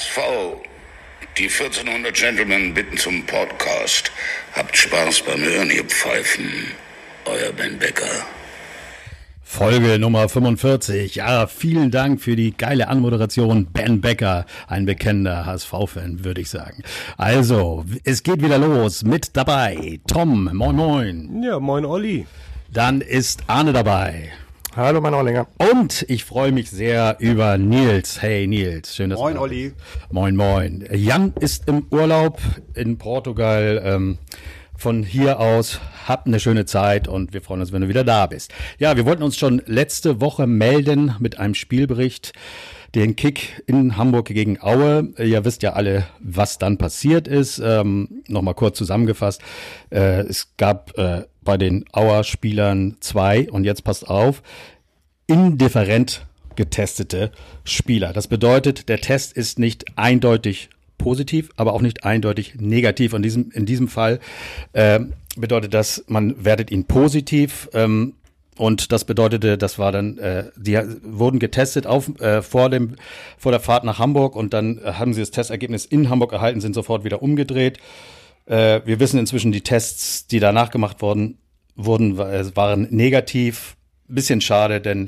HSV, die 1400 Gentlemen bitten zum Podcast. Habt Spaß beim Hören, ihr Pfeifen. Euer Ben Becker. Folge Nummer 45. Ja, vielen Dank für die geile Anmoderation. Ben Becker, ein bekennender HSV-Fan, würde ich sagen. Also, es geht wieder los. Mit dabei Tom, moin moin. Ja, moin Olli. Dann ist Arne dabei. Hallo, mein Ollinger. Und ich freue mich sehr über Nils. Hey Nils, schön, dass du da bist. Moin Olli. Moin moin. Jan ist im Urlaub in Portugal. Von hier aus, habt eine schöne Zeit und wir freuen uns, wenn du wieder da bist. Ja, wir wollten uns schon letzte Woche melden mit einem Spielbericht, den Kick in Hamburg gegen Aue. Ihr wisst ja alle, was dann passiert ist. Nochmal kurz zusammengefasst. Es gab bei den Auer Spielern 2, und jetzt passt auf, indifferent getestete Spieler. Das bedeutet, der Test ist nicht eindeutig positiv, aber auch nicht eindeutig negativ. In diesem Fall bedeutet das, man wertet ihn positiv, und das bedeutete, das war dann, die wurden getestet vor der Fahrt nach Hamburg, und dann haben sie das Testergebnis in Hamburg erhalten, sind sofort wieder umgedreht. Wir wissen inzwischen, die Tests, die danach gemacht wurden, waren negativ. Bisschen schade, denn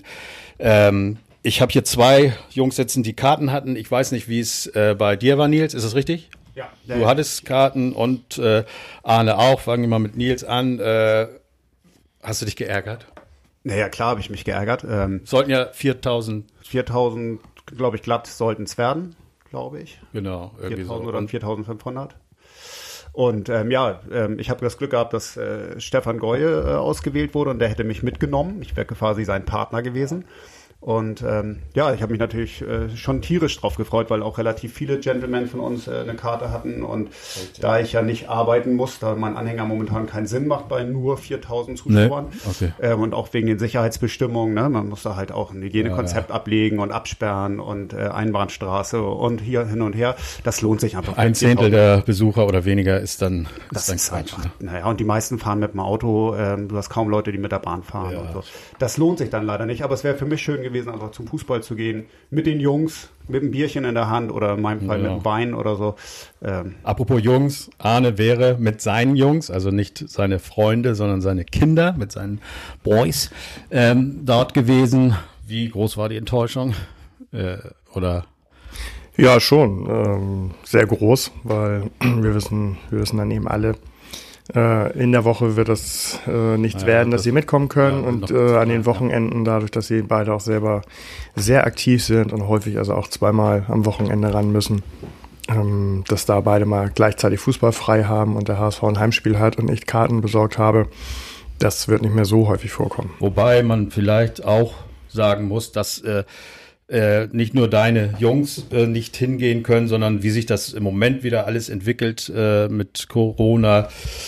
ich habe hier 2 Jungs sitzen, die Karten hatten. Ich weiß nicht, wie es bei dir war, Nils. Ist das richtig? Ja. Du hattest Karten und Arne auch. Fangen wir mal mit Nils an. Hast du dich geärgert? Naja, klar habe ich mich geärgert. Sollten ja 4.000. 4.000, glaube ich, glatt sollten es werden, glaube ich. Genau. 4.000 so. Oder 4.500. Und ich habe das Glück gehabt, dass Stefan Goye ausgewählt wurde, und der hätte mich mitgenommen. Ich wäre quasi sein Partner gewesen. Und ich habe mich natürlich schon tierisch drauf gefreut, weil auch relativ viele Gentlemen von uns eine Karte hatten. Und da ich ja nicht arbeiten muss, da mein Anhänger momentan keinen Sinn macht bei nur 4.000 Zuschauern, und auch wegen den Sicherheitsbestimmungen, ne, man muss da halt auch ein Hygienekonzept ablegen und absperren und Einbahnstraße und hier hin und her. Das lohnt sich einfach. Ein Zehntel der Besucher oder weniger ist dann Quatsch. Einfach, naja, und die meisten fahren mit dem Auto. Du hast kaum Leute, die mit der Bahn fahren. Ja. Und so. Das lohnt sich dann leider nicht. Aber es wäre für mich schön gewesen, einfach zum Fußball zu gehen, mit den Jungs, mit einem Bierchen in der Hand oder in meinem Fall mit einem Wein oder so. Apropos Jungs, Arne wäre mit seinen Jungs, also nicht seine Freunde, sondern seine Kinder, mit seinen Boys, dort gewesen. Wie groß war die Enttäuschung? Oder? Ja, schon. Sehr groß, weil wir wissen dann eben alle, in der Woche wird das nichts werden, dass sie mitkommen können, und an den Wochenenden, dadurch, dass sie beide auch selber sehr aktiv sind und häufig also auch zweimal am Wochenende ran müssen, dass da beide mal gleichzeitig Fußball frei haben und der HSV ein Heimspiel hat und ich Karten besorgt habe, das wird nicht mehr so häufig vorkommen. Wobei man vielleicht auch sagen muss, dass nicht nur deine Jungs nicht hingehen können, sondern wie sich das im Moment wieder alles entwickelt mit Corona.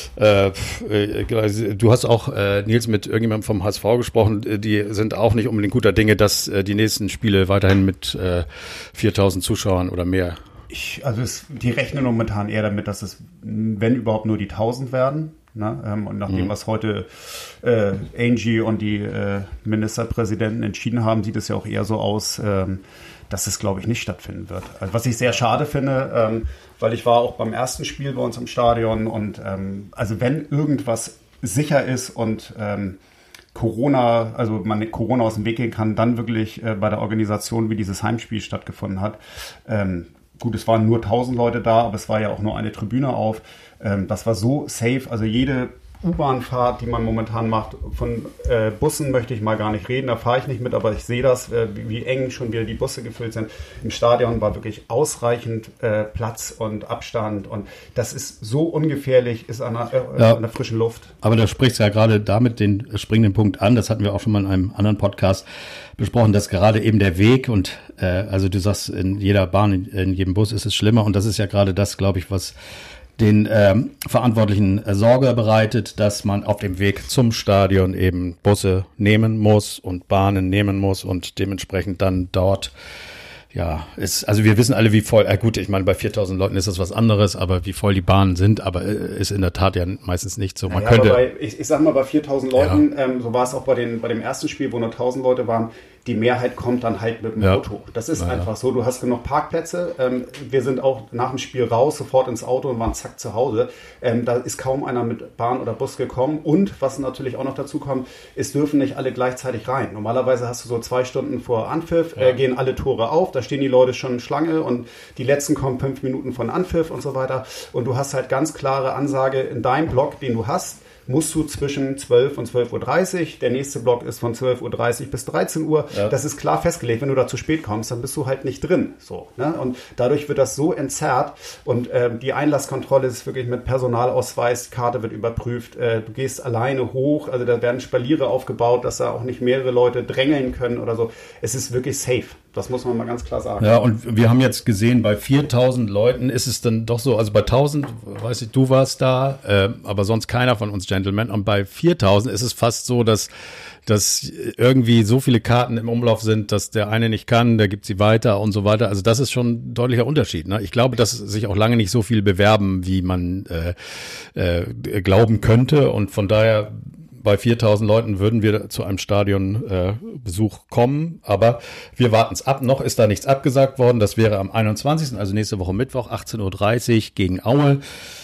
Du hast auch, Nils, mit irgendjemandem vom HSV gesprochen, die sind auch nicht unbedingt guter Dinge, dass die nächsten Spiele weiterhin mit 4.000 Zuschauern oder mehr. Die rechnen momentan eher damit, dass es, wenn überhaupt, nur die 1.000 werden. Ne? Und nach dem, was heute Angie und die Ministerpräsidenten entschieden haben, sieht es ja auch eher so aus, dass es, glaube ich, nicht stattfinden wird. Also, was ich sehr schade finde, weil ich war auch beim ersten Spiel bei uns im Stadion, und also wenn irgendwas sicher ist und man Corona aus dem Weg gehen kann, dann wirklich bei der Organisation, wie dieses Heimspiel stattgefunden hat. Gut, es waren nur 1.000 Leute da, aber es war ja auch nur eine Tribüne auf. Das war so safe, also jede U-Bahn-Fahrt, die man momentan macht, von Bussen möchte ich mal gar nicht reden, da fahre ich nicht mit, aber ich sehe das, wie eng schon wieder die Busse gefüllt sind. Im Stadion war wirklich ausreichend Platz und Abstand, und das ist so ungefährlich, ist an der frischen Luft. Aber da sprichst du ja gerade damit den springenden Punkt an, das hatten wir auch schon mal in einem anderen Podcast besprochen, dass gerade eben der Weg und also du sagst, in jeder Bahn, in jedem Bus ist es schlimmer, und das ist ja gerade das, glaube ich, was den Verantwortlichen Sorge bereitet, dass man auf dem Weg zum Stadion eben Busse nehmen muss und Bahnen nehmen muss und dementsprechend dann dort Ja, also wir wissen alle, wie voll, gut, ich meine, bei 4.000 Leuten ist das was anderes, aber wie voll die Bahnen sind, aber ist in der Tat ja meistens nicht so. Man könnte. Ich sag mal, bei 4.000 Leuten, so war es auch bei dem ersten Spiel, wo nur 1.000 Leute waren, die Mehrheit kommt dann halt mit dem Auto. Das ist einfach so. Du hast genug Parkplätze. Wir sind auch nach dem Spiel raus, sofort ins Auto und waren zack zu Hause. Da ist kaum einer mit Bahn oder Bus gekommen. Und was natürlich auch noch dazu kommt, es dürfen nicht alle gleichzeitig rein. Normalerweise hast du so 2 Stunden vor Anpfiff, gehen alle Tore auf. Da stehen die Leute schon in Schlange und die letzten kommen 5 Minuten von Anpfiff und so weiter. Und du hast halt ganz klare Ansage in deinem Block, den du hast, musst du zwischen 12 und 12.30 Uhr. Der nächste Block ist von 12.30 Uhr bis 13 Uhr. Ja. Das ist klar festgelegt. Wenn du da zu spät kommst, dann bist du halt nicht drin. So, ne? Und dadurch wird das so entzerrt. Und die Einlasskontrolle ist wirklich mit Personalausweis, Karte wird überprüft. Du gehst alleine hoch. Also da werden Spaliere aufgebaut, dass da auch nicht mehrere Leute drängeln können oder so. Es ist wirklich safe. Das muss man mal ganz klar sagen. Ja, und wir haben jetzt gesehen, bei 4.000 Leuten ist es dann doch so, also bei 1.000, weiß ich, du warst da, aber sonst keiner von uns Gentlemen. Und bei 4.000 ist es fast so, dass irgendwie so viele Karten im Umlauf sind, dass der eine nicht kann, der gibt sie weiter und so weiter. Also das ist schon ein deutlicher Unterschied. Ne? Ich glaube, dass sich auch lange nicht so viel bewerben, wie man glauben könnte. Und von daher, bei 4.000 Leuten würden wir zu einem Stadionbesuch kommen, aber wir warten es ab. Noch ist da nichts abgesagt worden. Das wäre am 21., also nächste Woche Mittwoch, 18.30 Uhr gegen Aue.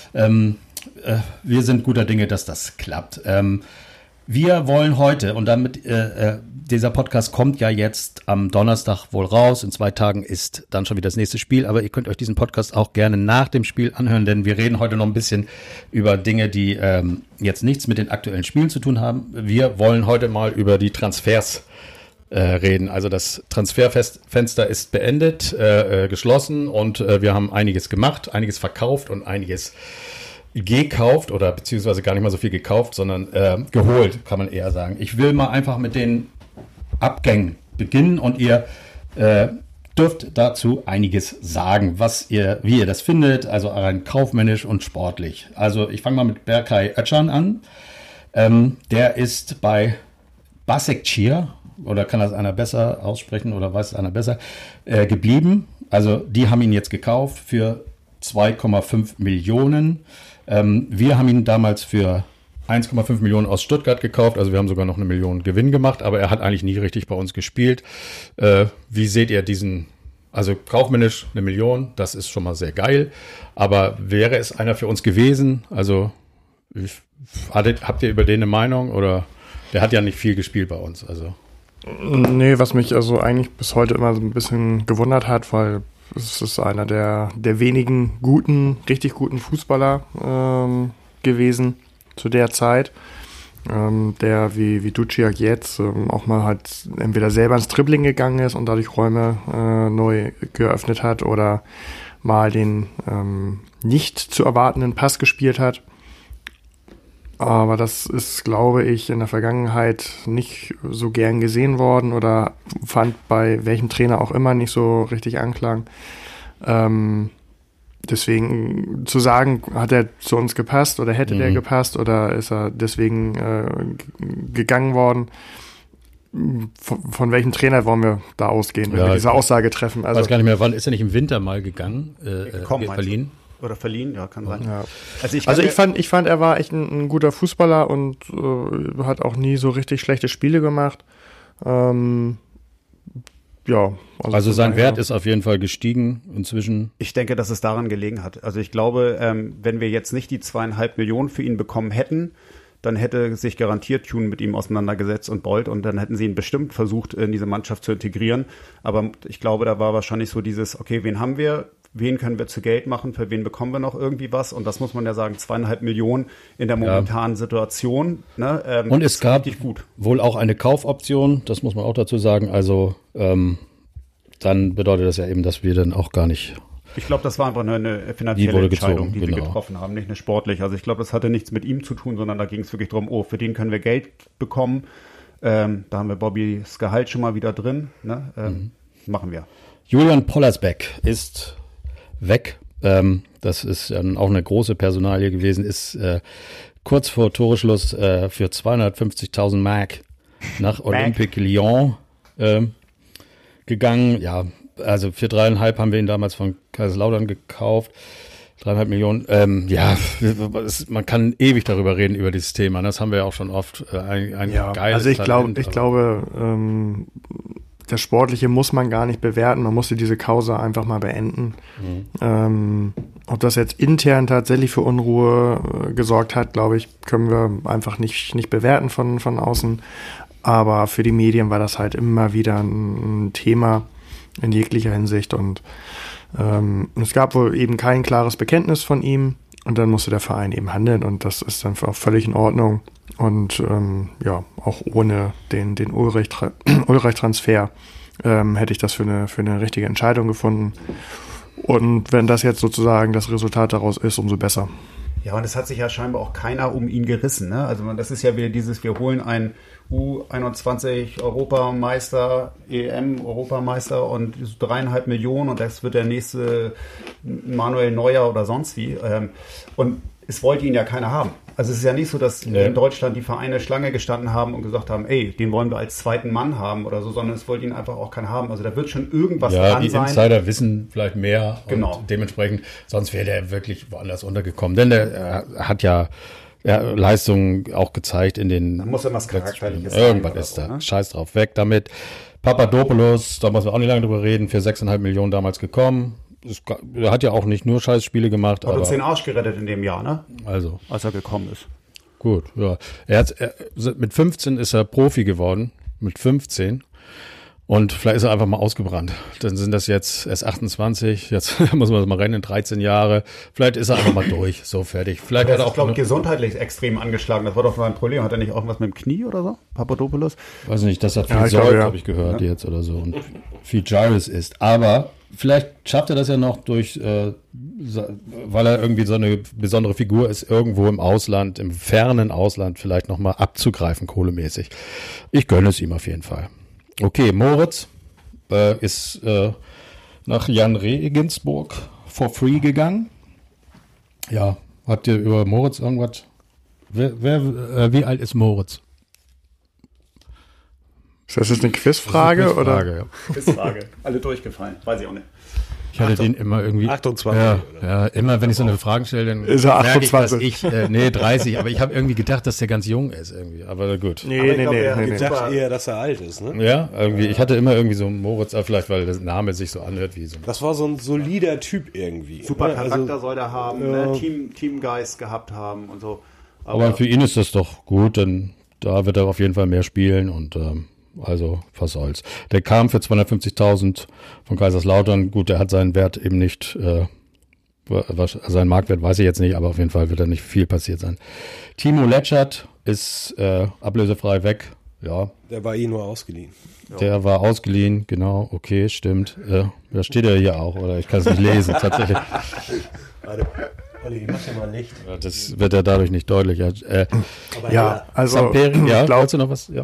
Wir sind guter Dinge, dass das klappt. Wir wollen heute, und damit dieser Podcast kommt ja jetzt am Donnerstag wohl raus, in 2 Tagen ist dann schon wieder das nächste Spiel, aber ihr könnt euch diesen Podcast auch gerne nach dem Spiel anhören, denn wir reden heute noch ein bisschen über Dinge, die jetzt nichts mit den aktuellen Spielen zu tun haben. Wir wollen heute mal über die Transfers reden. Also das Transferfenster ist beendet, geschlossen und wir haben einiges gemacht, einiges verkauft und einiges gekauft oder beziehungsweise gar nicht mal so viel gekauft, sondern geholt, kann man eher sagen. Ich will mal einfach mit den Abgängen beginnen und ihr dürft dazu einiges sagen, wie ihr das findet, also rein kaufmännisch und sportlich. Also ich fange mal mit Berkay Özcan an. Der ist bei Başakşehir, oder kann das einer besser aussprechen oder weiß es einer besser, geblieben. Also die haben ihn jetzt gekauft für 2,5 Millionen. Wir haben ihn damals für 1,5 Millionen aus Stuttgart gekauft, also wir haben sogar noch 1 Million Gewinn gemacht, aber er hat eigentlich nie richtig bei uns gespielt. Wie seht ihr diesen, also kaufmännisch 1 Million, das ist schon mal sehr geil, aber wäre es einer für uns gewesen? Also habt ihr über den eine Meinung oder der hat ja nicht viel gespielt bei uns, also. Nee, was mich also eigentlich bis heute immer so ein bisschen gewundert hat, weil es ist einer der wenigen richtig guten Fußballer gewesen zu der Zeit, der wie Duciak jetzt auch mal halt entweder selber ins Dribbling gegangen ist und dadurch Räume neu geöffnet hat oder mal den nicht zu erwartenden Pass gespielt hat. Aber das ist, glaube ich, in der Vergangenheit nicht so gern gesehen worden oder fand bei welchem Trainer auch immer nicht so richtig Anklang. Deswegen zu sagen, hat er zu uns gepasst oder hätte der gepasst oder ist er deswegen gegangen worden? Von welchem Trainer wollen wir da ausgehen, wenn wir diese Aussage treffen? Also, ich weiß gar nicht mehr, wann ist er nicht im Winter mal gegangen? Verliehen? Oder verliehen, ja, kann sein. Ja. Ich fand, er war echt ein guter Fußballer und hat auch nie so richtig schlechte Spiele gemacht. Also sein Wert ist auf jeden Fall gestiegen inzwischen. Ich denke, dass es daran gelegen hat. Also ich glaube, wenn wir jetzt nicht die 2,5 Millionen für ihn bekommen hätten, dann hätte sich garantiert Thun mit ihm auseinandergesetzt und Bolt und dann hätten sie ihn bestimmt versucht, in diese Mannschaft zu integrieren. Aber ich glaube, da war wahrscheinlich so dieses, okay, wen haben wir? Wen können wir zu Geld machen, für wen bekommen wir noch irgendwie was? Und das muss man ja sagen, 2,5 Millionen in der momentanen Situation. Ne, und es gab wohl auch eine Kaufoption, das muss man auch dazu sagen. Also dann bedeutet das ja eben, dass wir dann auch gar nicht... Ich glaube, das war einfach eine finanzielle Entscheidung, die wir getroffen haben, nicht eine sportliche. Also ich glaube, das hatte nichts mit ihm zu tun, sondern da ging es wirklich darum, für den können wir Geld bekommen. Da haben wir Bobbys Gehalt schon mal wieder drin. Ne? Machen wir. Julian Pollersbeck ist weg. Das ist auch eine große Personalie gewesen, ist kurz vor Toreschluss für 250.000 Mark nach Olympique Lyon gegangen. Ja, also für 3,5 haben wir ihn damals von Kaiserslautern gekauft. 3,5 Millionen. Man kann ewig darüber reden, über dieses Thema. Das haben wir ja auch schon oft. Ein geiles also ich Talent, glaube, das Sportliche muss man gar nicht bewerten. Man musste diese Causa einfach mal beenden. Ob das jetzt intern tatsächlich für Unruhe gesorgt hat, glaube ich, können wir einfach nicht bewerten von außen. Aber für die Medien war das halt immer wieder ein Thema in jeglicher Hinsicht. Und es gab wohl eben kein klares Bekenntnis von ihm. Und dann musste der Verein eben handeln. Und das ist dann auch völlig in Ordnung. Und auch ohne den Ulreich-Transfer hätte ich das für eine richtige Entscheidung gefunden. Und wenn das jetzt sozusagen das Resultat daraus ist, umso besser. Ja, und es hat sich ja scheinbar auch keiner um ihn gerissen. Ne? Also das ist ja wieder dieses, wir holen einen U21 Europameister, EM-Europameister und 3,5 Millionen und das wird der nächste Manuel Neuer oder sonst wie. Und es wollte ihn ja keiner haben. Also es ist ja nicht so, dass in Deutschland die Vereine Schlange gestanden haben und gesagt haben, ey, den wollen wir als zweiten Mann haben oder so, sondern es wollte ihn einfach auch keiner haben. Also da wird schon irgendwas dran sein. Ja, die Insider wissen vielleicht mehr. Genau. Und dementsprechend, sonst wäre der wirklich woanders untergekommen. Denn der hat ja Leistungen auch gezeigt in den... Da muss ja was Charakterliches sein. Irgendwas ist da. Ne? Scheiß drauf, weg damit. Papadopoulos, da muss man auch nicht lange drüber reden, für 6,5 Millionen damals gekommen. Er hat ja auch nicht nur Scheißspiele gemacht. Hat uns den Arsch gerettet in dem Jahr, ne? Also. Als er gekommen ist. Gut, ja. Mit 15 ist er Profi geworden. Mit 15. Und vielleicht ist er einfach mal ausgebrannt. Dann sind das jetzt erst 28. Jetzt muss man das mal rennen, 13 Jahre. Vielleicht ist er einfach mal durch. So, fertig. Vielleicht hat er auch, glaube ich, gesundheitlich extrem angeschlagen. Das war doch ein Problem. Hat er nicht auch was mit dem Knie oder so? Papadopoulos? Weiß nicht, dass er viel säuft, habe ich gehört jetzt oder so. Und viel Gyrus ist. Aber vielleicht schafft er das ja noch durch, weil er irgendwie so eine besondere Figur ist, irgendwo im Ausland, im fernen Ausland vielleicht nochmal abzugreifen, kohlemäßig. Ich gönne es ihm auf jeden Fall. Okay, Moritz ist nach Jan Regensburg for free gegangen. Ja, habt ihr über Moritz irgendwas? Wie alt ist Moritz? Ist das jetzt eine Quizfrage? Ja. Quizfrage. Alle durchgefallen. Weiß ich auch nicht. Ich hatte den immer irgendwie... 28. Ja, immer wenn ich so eine Frage stelle, dann ist er 28. merke ich, 30. Aber ich habe irgendwie gedacht, dass der ganz jung ist irgendwie. Aber gut. Nee. Ich dachte eher, dass er alt ist, ne? Ja, irgendwie. Ich hatte immer irgendwie so Moritz, vielleicht weil der Name sich so anhört wie so. Das war so ein solider Typ irgendwie. Super Charakter soll der haben, ne? Teamgeist gehabt haben und so. Aber für ihn ist das doch gut, denn da wird er auf jeden Fall mehr spielen und also, was soll's. Der kam für 250.000 von Kaiserslautern. Gut, der hat seinen Wert eben nicht, seinen Marktwert weiß ich jetzt nicht, aber auf jeden Fall wird da nicht viel passiert sein. Timo Letschert ist ablösefrei weg. Ja. Der war nur ausgeliehen. Der war ausgeliehen, genau. Okay, stimmt. Da steht er hier auch, oder ich kann es nicht lesen, tatsächlich. Warte. Olli, mach ja mal Licht. Ja, das wird ja dadurch nicht deutlicher. Also Samperi, glaubst du noch was?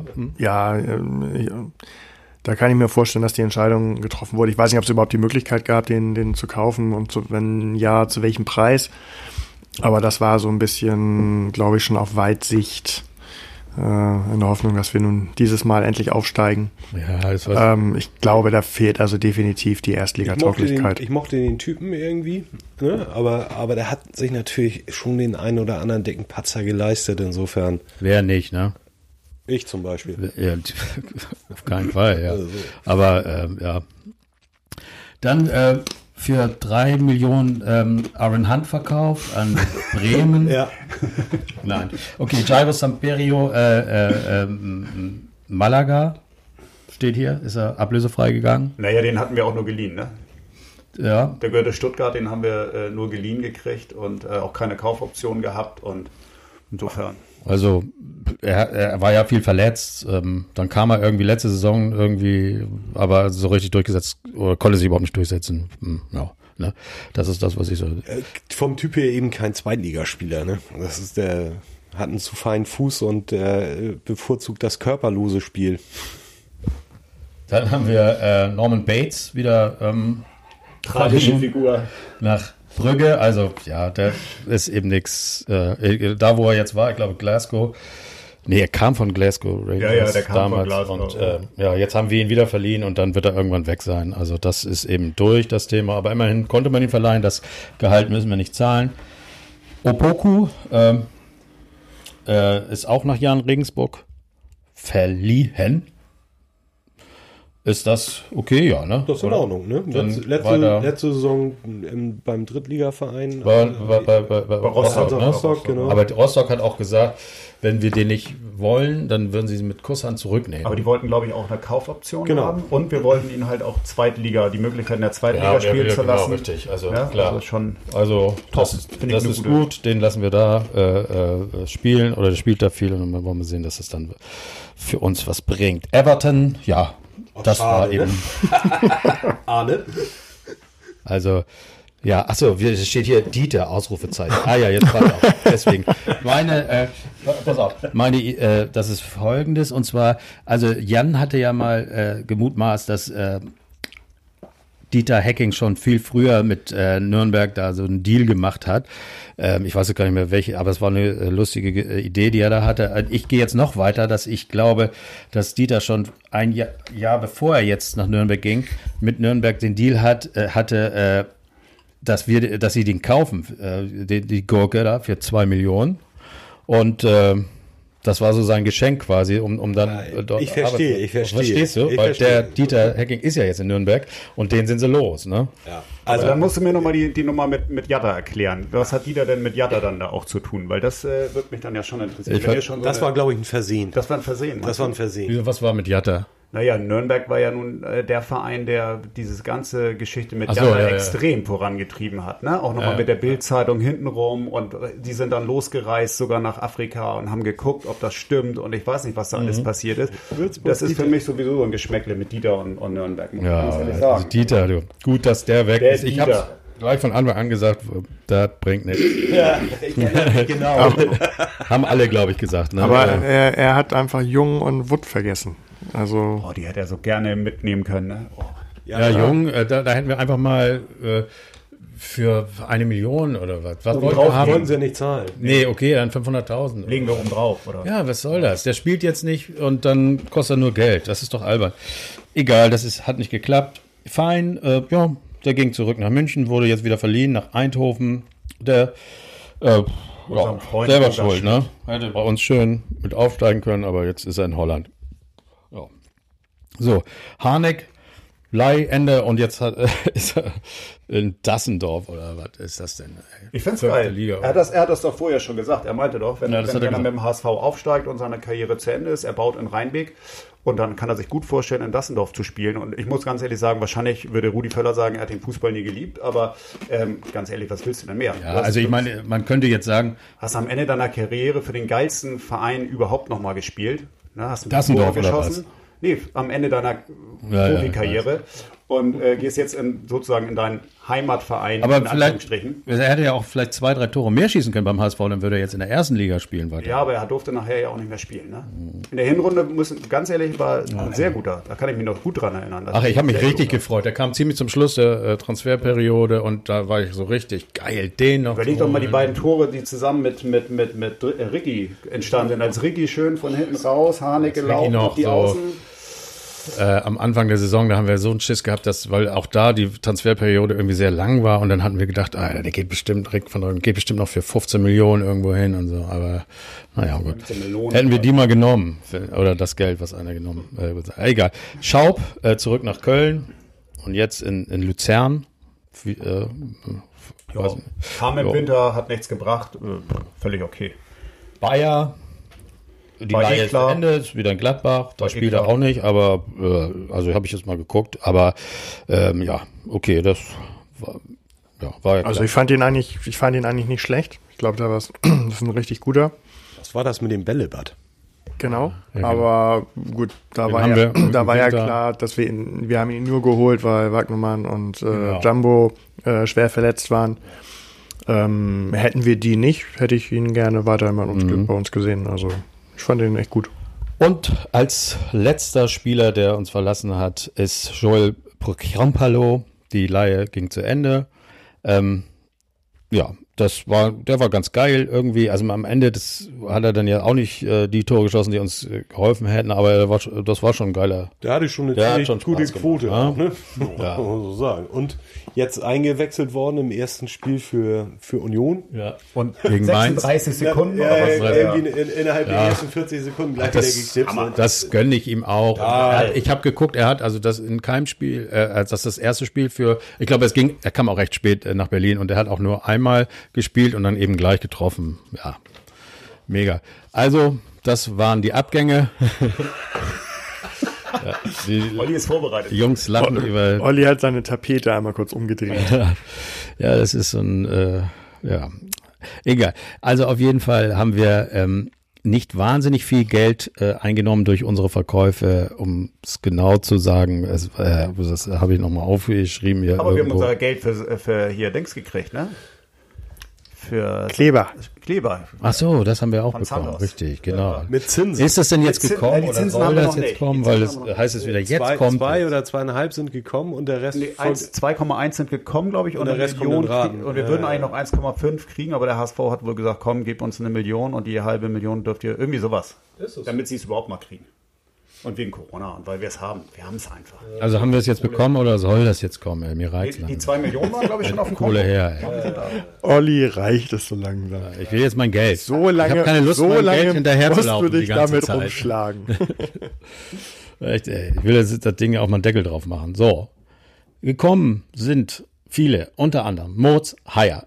Da kann ich mir vorstellen, dass die Entscheidung getroffen wurde. Ich weiß nicht, ob es überhaupt die Möglichkeit gab, den zu kaufen und wenn ja, zu welchem Preis. Aber das war so ein bisschen, glaube ich, schon auf Weitsicht in der Hoffnung, dass wir nun dieses Mal endlich aufsteigen. Ja, ich glaube, da fehlt also definitiv die Erstligatauglichkeit. Ich mochte den Typen irgendwie, ne? aber der hat sich natürlich schon den einen oder anderen dicken Patzer geleistet, insofern. Wer nicht, ne? Ich zum Beispiel. Ja, auf keinen Fall, ja. Also. Aber, ja. Dann für 3 Millionen Aaron Hunt verkauft an Bremen. Ja. Nein. Okay, Jairo Samperio, Malaga steht hier. Ist er ablösefrei gegangen? Naja, den hatten wir auch nur geliehen, ne? Ja. Der gehörte Stuttgart, den haben wir nur geliehen gekriegt und auch keine Kaufoption gehabt und insofern. Also er war ja viel verletzt, dann kam er irgendwie letzte Saison irgendwie, aber so richtig durchgesetzt, oder konnte sich überhaupt nicht durchsetzen. Ja, ne? Das ist das, was ich so... Vom Typ her eben kein Zweitligaspieler, ne? Das ist hat einen zu feinen Fuß und bevorzugt das körperlose Spiel. Dann haben wir Norman Bates wieder tragische Figur nach Brügge, also ja, der ist eben nichts, da wo er jetzt war, ich glaube Glasgow, Nee, er kam von Glasgow Rangers Ja, der kam damals. von Glasgow. Und jetzt haben wir ihn wieder verliehen und dann wird er irgendwann weg sein. Also das ist eben durch, das Thema. Aber immerhin konnte man ihn verleihen. Das Gehalt müssen wir nicht zahlen. Opoku ist auch nach Jan Regensburg verliehen. Ist das okay? Ja, ne? Das ist in Ordnung, ne? Letzte Saison beim Drittligaverein. Bei Rostock, ne? Rostock, genau. Aber Rostock hat auch gesagt, wenn wir den nicht wollen, dann würden sie ihn mit Kusshand zurücknehmen. Aber die wollten, glaube ich, auch eine Kaufoption Genau. haben. Und wir wollten ihn halt auch die Möglichkeit in der zweiten Liga spielen zu lassen. Richtig. Also Ja, klar. also schon Also top. das Finde ich eine ist gute. gut, den lassen wir da spielen oder der spielt da viel und dann wollen wir sehen, dass es dann für uns was bringt. Everton, ja, das schade, war eben. Arne? Also, ja, achso, es steht hier Dieter, Ausrufezeichen. Ah ja, jetzt war auch. Deswegen. Pass auf. Das ist Folgendes, und zwar, also Jan hatte ja mal gemutmaßt, dass Dieter Hecking schon viel früher mit Nürnberg da so einen Deal gemacht hat. Ich weiß gar nicht mehr welche, aber es war eine lustige Idee, die er da hatte. Ich gehe jetzt noch weiter, dass ich glaube, dass Dieter schon ein Jahr bevor er jetzt nach Nürnberg ging, mit Nürnberg den Deal hatte, dass sie den kaufen, die Gurke da für 2 Millionen. Und das war so sein Geschenk quasi, um dann dort. Ich verstehe. Verstehst du? Weil der Dieter Hecking ist ja jetzt in Nürnberg und den sind sie los, ne? Ja. Also dann musst du mir nochmal die Nummer mit Jatta erklären. Was hat Dieter denn mit Jatta dann da auch zu tun? Weil das wird mich dann ja schon interessieren. Das war, glaube ich, ein Versehen. Das war ein Versehen. Das war ein Versehen. Wieso, was war mit Jatta? Naja, Nürnberg war ja nun der Verein, der dieses ganze Geschichte mit Ach so, Jatta ja. extrem vorangetrieben hat. Ne? Auch nochmal mit der Bild-Zeitung hintenrum. Und die sind dann losgereist, sogar nach Afrika, und haben geguckt, ob das stimmt. Und ich weiß nicht, was da alles passiert ist. Das ist für mich sowieso so ein Geschmäckle mit Dieter und Nürnberg. Muss ich ganz ehrlich Ja, sagen. also Dieter, du. Gut, dass der weg ist. Ich habe gleich von Anfang an gesagt, das bringt nichts. Ja, genau. Haben alle, glaube ich, gesagt. Ne? Aber er hat einfach Jung und Wood vergessen. Also Oh, die hätte er so gerne mitnehmen können. Ne? Oh. Ja, Jung, da hätten wir einfach mal für 1 Million oder was. Was wollten wir haben? Wollten sie nicht zahlen. Nee, okay, dann 500.000. Legen wir oben drauf, oder? Ja, was soll das? Der spielt jetzt nicht und dann kostet er nur Geld. Das ist doch albern. Egal, hat nicht geklappt. Fein, der ging zurück nach München, wurde jetzt wieder verliehen nach Eindhoven. Der Freund selber Roger schuld, ne? Hätte bei uns schön mit aufsteigen können, aber jetzt ist er in Holland. Ja. So, Harnik, Leihende, und jetzt ist er in Dassendorf, oder was ist das denn? Ich finde es 5. geil. Liga. Er hat das doch vorher schon gesagt. Er meinte doch, wenn er mit dem HSV aufsteigt und seine Karriere zu Ende ist, er baut in Rheinbeck, und dann kann er sich gut vorstellen, in Dassendorf zu spielen. Und ich muss ganz ehrlich sagen, wahrscheinlich würde Rudi Völler sagen, er hat den Fußball nie geliebt. Aber ganz ehrlich, was willst du denn mehr? Ja, also ich meine, man könnte jetzt sagen, Hast am Ende deiner Karriere für den geilsten Verein überhaupt nochmal gespielt. Ne, hast ein Dassendorf Tor oder geschossen. Nee, am Ende deiner Profikarriere. Und gehst jetzt sozusagen in deinen Heimatverein, aber in Anführungsstrichen. er hätte ja auch vielleicht 2, 3 Tore mehr schießen können beim HSV, dann würde er jetzt in der ersten Liga spielen weiter. Ja, aber er durfte nachher ja auch nicht mehr spielen. Ne? In der Hinrunde, ganz ehrlich, war ein sehr guter. Da kann ich mich noch gut dran erinnern. Ach, ich habe mich richtig gefreut. Der kam ziemlich zum Schluss der Transferperiode und da war ich so richtig geil. Den noch. Überleg doch mal die beiden Tore, die zusammen mit Ricky entstanden sind. Als Ricky schön von hinten raus, Harnik gelaufen noch auf die so Außen. Am Anfang der Saison, da haben wir so einen Schiss gehabt, weil auch da die Transferperiode irgendwie sehr lang war, und dann hatten wir gedacht, der geht bestimmt, Rick von Reuten geht bestimmt noch für 15 Millionen irgendwo hin und so, aber naja, gut. Hätten wir die mal genommen, oder das Geld, was einer genommen egal. Schaub, zurück nach Köln und jetzt in Luzern. Kam im Winter, hat nichts gebracht, völlig okay. Bayer, die War Leihe ist klar. beendet, wieder in Gladbach, da spielt er klar. auch nicht, aber also habe ich jetzt mal geguckt, aber ja, okay, das war ja klar. ich fand ihn eigentlich nicht schlecht. Ich glaube, das ist ein richtig guter. Was war das mit dem Bällebad? Genau. Ja, genau. Aber gut, da war ja klar, dass wir haben ihn nur geholt, weil Wagnermann und Jumbo schwer verletzt waren. Hätten wir die nicht, hätte ich ihn gerne weiter bei uns gesehen. Also ich fand ihn echt gut. Und als letzter Spieler, der uns verlassen hat, ist Joel Procrampalo. Die Leihe ging zu Ende. Ja, der war ganz geil irgendwie. Also am Ende, das hat er dann ja auch nicht die Tore geschossen, die uns geholfen hätten, aber das war schon ein geiler. Der hatte schon eine ziemlich gute Quote, auch, ne? Ja. Muss man so sagen. Und jetzt eingewechselt worden im ersten Spiel für Union. Ja. Und gegen 36 Sekunden oder was? Innerhalb der ersten 40 Sekunden gleich wieder geknipst. Das gönne ich ihm auch. Ich habe geguckt, er hat also das in keinem Spiel, das erste Spiel ich glaube, er kam auch recht spät nach Berlin und er hat auch nur einmal gespielt und dann eben gleich getroffen. Ja, mega. Also, das waren die Abgänge. Olli ist vorbereitet. Die Jungs lachen über... Olli hat seine Tapete einmal kurz umgedreht. Ja, das ist so ein... Egal. Also auf jeden Fall haben wir nicht wahnsinnig viel Geld eingenommen durch unsere Verkäufe, um es genau zu sagen. Das habe ich nochmal aufgeschrieben. Hier aber irgendwo. wir haben unser Geld für hier Dings gekriegt, ne? Für Kleber. Ach so, das haben wir auch Von bekommen. Sandos. Richtig, genau. Ja, mit Zinsen. Ist das denn jetzt Mit gekommen die oder Zinsen soll haben wir das noch jetzt nicht. kommen? Die Weil Zinsen haben wir noch heißt es wieder jetzt kommt. 2 oder 2,5 sind gekommen und der Rest 2,1 sind gekommen, glaube ich, und der eine Rest kommt Million in Raten. und wir würden eigentlich noch 1,5 kriegen, aber der HSV hat wohl gesagt, komm, gebt uns 1 Million und die halbe Million dürft ihr irgendwie sowas, damit sie es überhaupt mal kriegen. Und wegen Corona und weil wir es haben. Wir haben es einfach. Also haben wir es jetzt bekommen oder soll das jetzt kommen? Ey, mir reicht's Die 2 Millionen waren, glaube ich, schon auf dem Kohle Konto. her. Ey. Olli, reicht es so langsam. Ich will jetzt mein Geld. So lange, ich habe keine Lust, so mein lange Geld hinterher zu musst laufen du dich die ganze damit Zeit. rumschlagen. Echt, ey. Ich will jetzt das Ding auch mal einen Deckel drauf machen. So. Gekommen sind viele, unter anderem Moritz Heyer.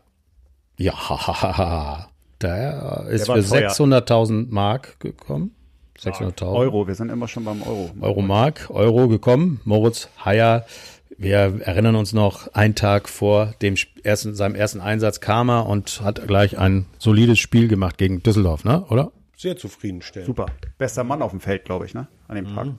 Ja, der ist war für teuer. 600.000 Mark gekommen. 600.000 Euro, wir sind immer schon beim Euro. Euro gekommen. Moritz Heyer, wir erinnern uns noch, einen Tag vor seinem ersten Einsatz kam er und hat gleich ein solides Spiel gemacht gegen Düsseldorf, ne? Oder? sehr zufriedenstellend. Super. Bester Mann auf dem Feld, glaube ich, ne? An dem Tag.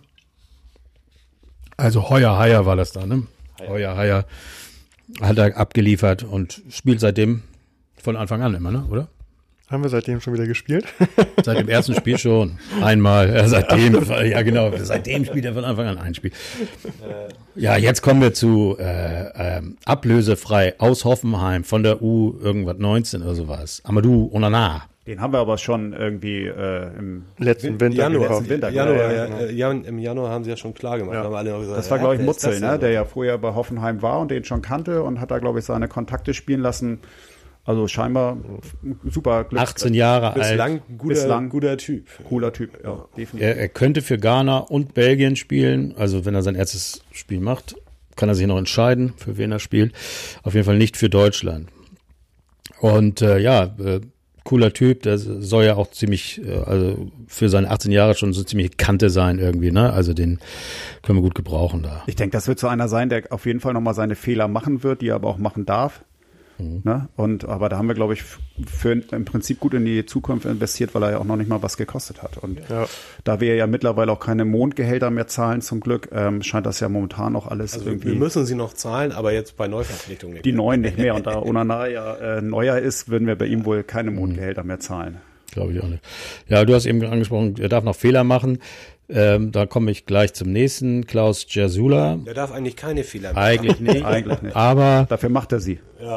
Also Heyer war das da, ne? Heyer hat er abgeliefert und spielt seitdem von Anfang an immer, ne? Oder? Haben wir seitdem schon wieder gespielt? Seit dem ersten Spiel schon. Einmal. Seitdem spielt er von Anfang an ein Spiel. Ja, jetzt kommen wir zu ablösefrei aus Hoffenheim von der U irgendwas 19 oder sowas. Amadou Onana. Den haben wir aber schon irgendwie im Letzten Winter Januar, gekauft. Im Januar haben sie ja schon klar gemacht. Ja. Haben alle noch gesagt, Das war, glaube ich, wer ist Mutzel, das ne? denn? Der ja vorher bei Hoffenheim war und den schon kannte und hat da, glaube ich, seine Kontakte spielen lassen. Also scheinbar super Glück. 18 Jahre alt. Bislang guter Typ. Cooler Typ, ja, definitiv. Er könnte für Ghana und Belgien spielen. Also wenn er sein erstes Spiel macht, kann er sich noch entscheiden, für wen er spielt. Auf jeden Fall nicht für Deutschland. Und cooler Typ, der soll ja auch ziemlich, also für seine 18 Jahre schon so ziemlich Kante sein irgendwie, ne? Also den können wir gut gebrauchen da. Ich denke, das wird so einer sein, der auf jeden Fall nochmal seine Fehler machen wird, die er aber auch machen darf. Ne? Aber da haben wir, glaube ich, für im Prinzip gut in die Zukunft investiert, weil er ja auch noch nicht mal was gekostet hat. Und da wir ja mittlerweile auch keine Mondgehälter mehr zahlen, zum Glück, scheint das ja momentan auch alles Also irgendwie. wir müssen sie noch zahlen, aber jetzt bei Neuverpflichtungen nicht. Die neuen nicht mehr. Und da Onana ja neuer ist, würden wir bei ihm wohl keine Mondgehälter mehr zahlen. Glaube ich auch nicht. Ja, du hast eben angesprochen, er darf noch Fehler machen. Da komme ich gleich zum nächsten. Klaus Jasula. Der darf eigentlich keine Fehler machen. Eigentlich nicht. Eigentlich nicht. Aber Dafür macht er sie.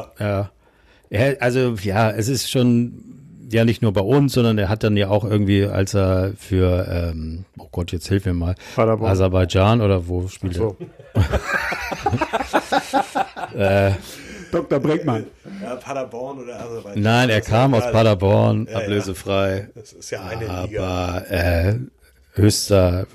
es ist schon ja nicht nur bei uns, sondern er hat dann ja auch irgendwie, als er für, oh Gott, jetzt hilf mir mal, Paderborn. Aserbaidschan oder wo spielt er? Dr. Brinkmann. Ja, Paderborn oder Aserbaidschan. Nein, er kam aus Paderborn, ablösefrei. Das ist ja eine Liga. Aber höchster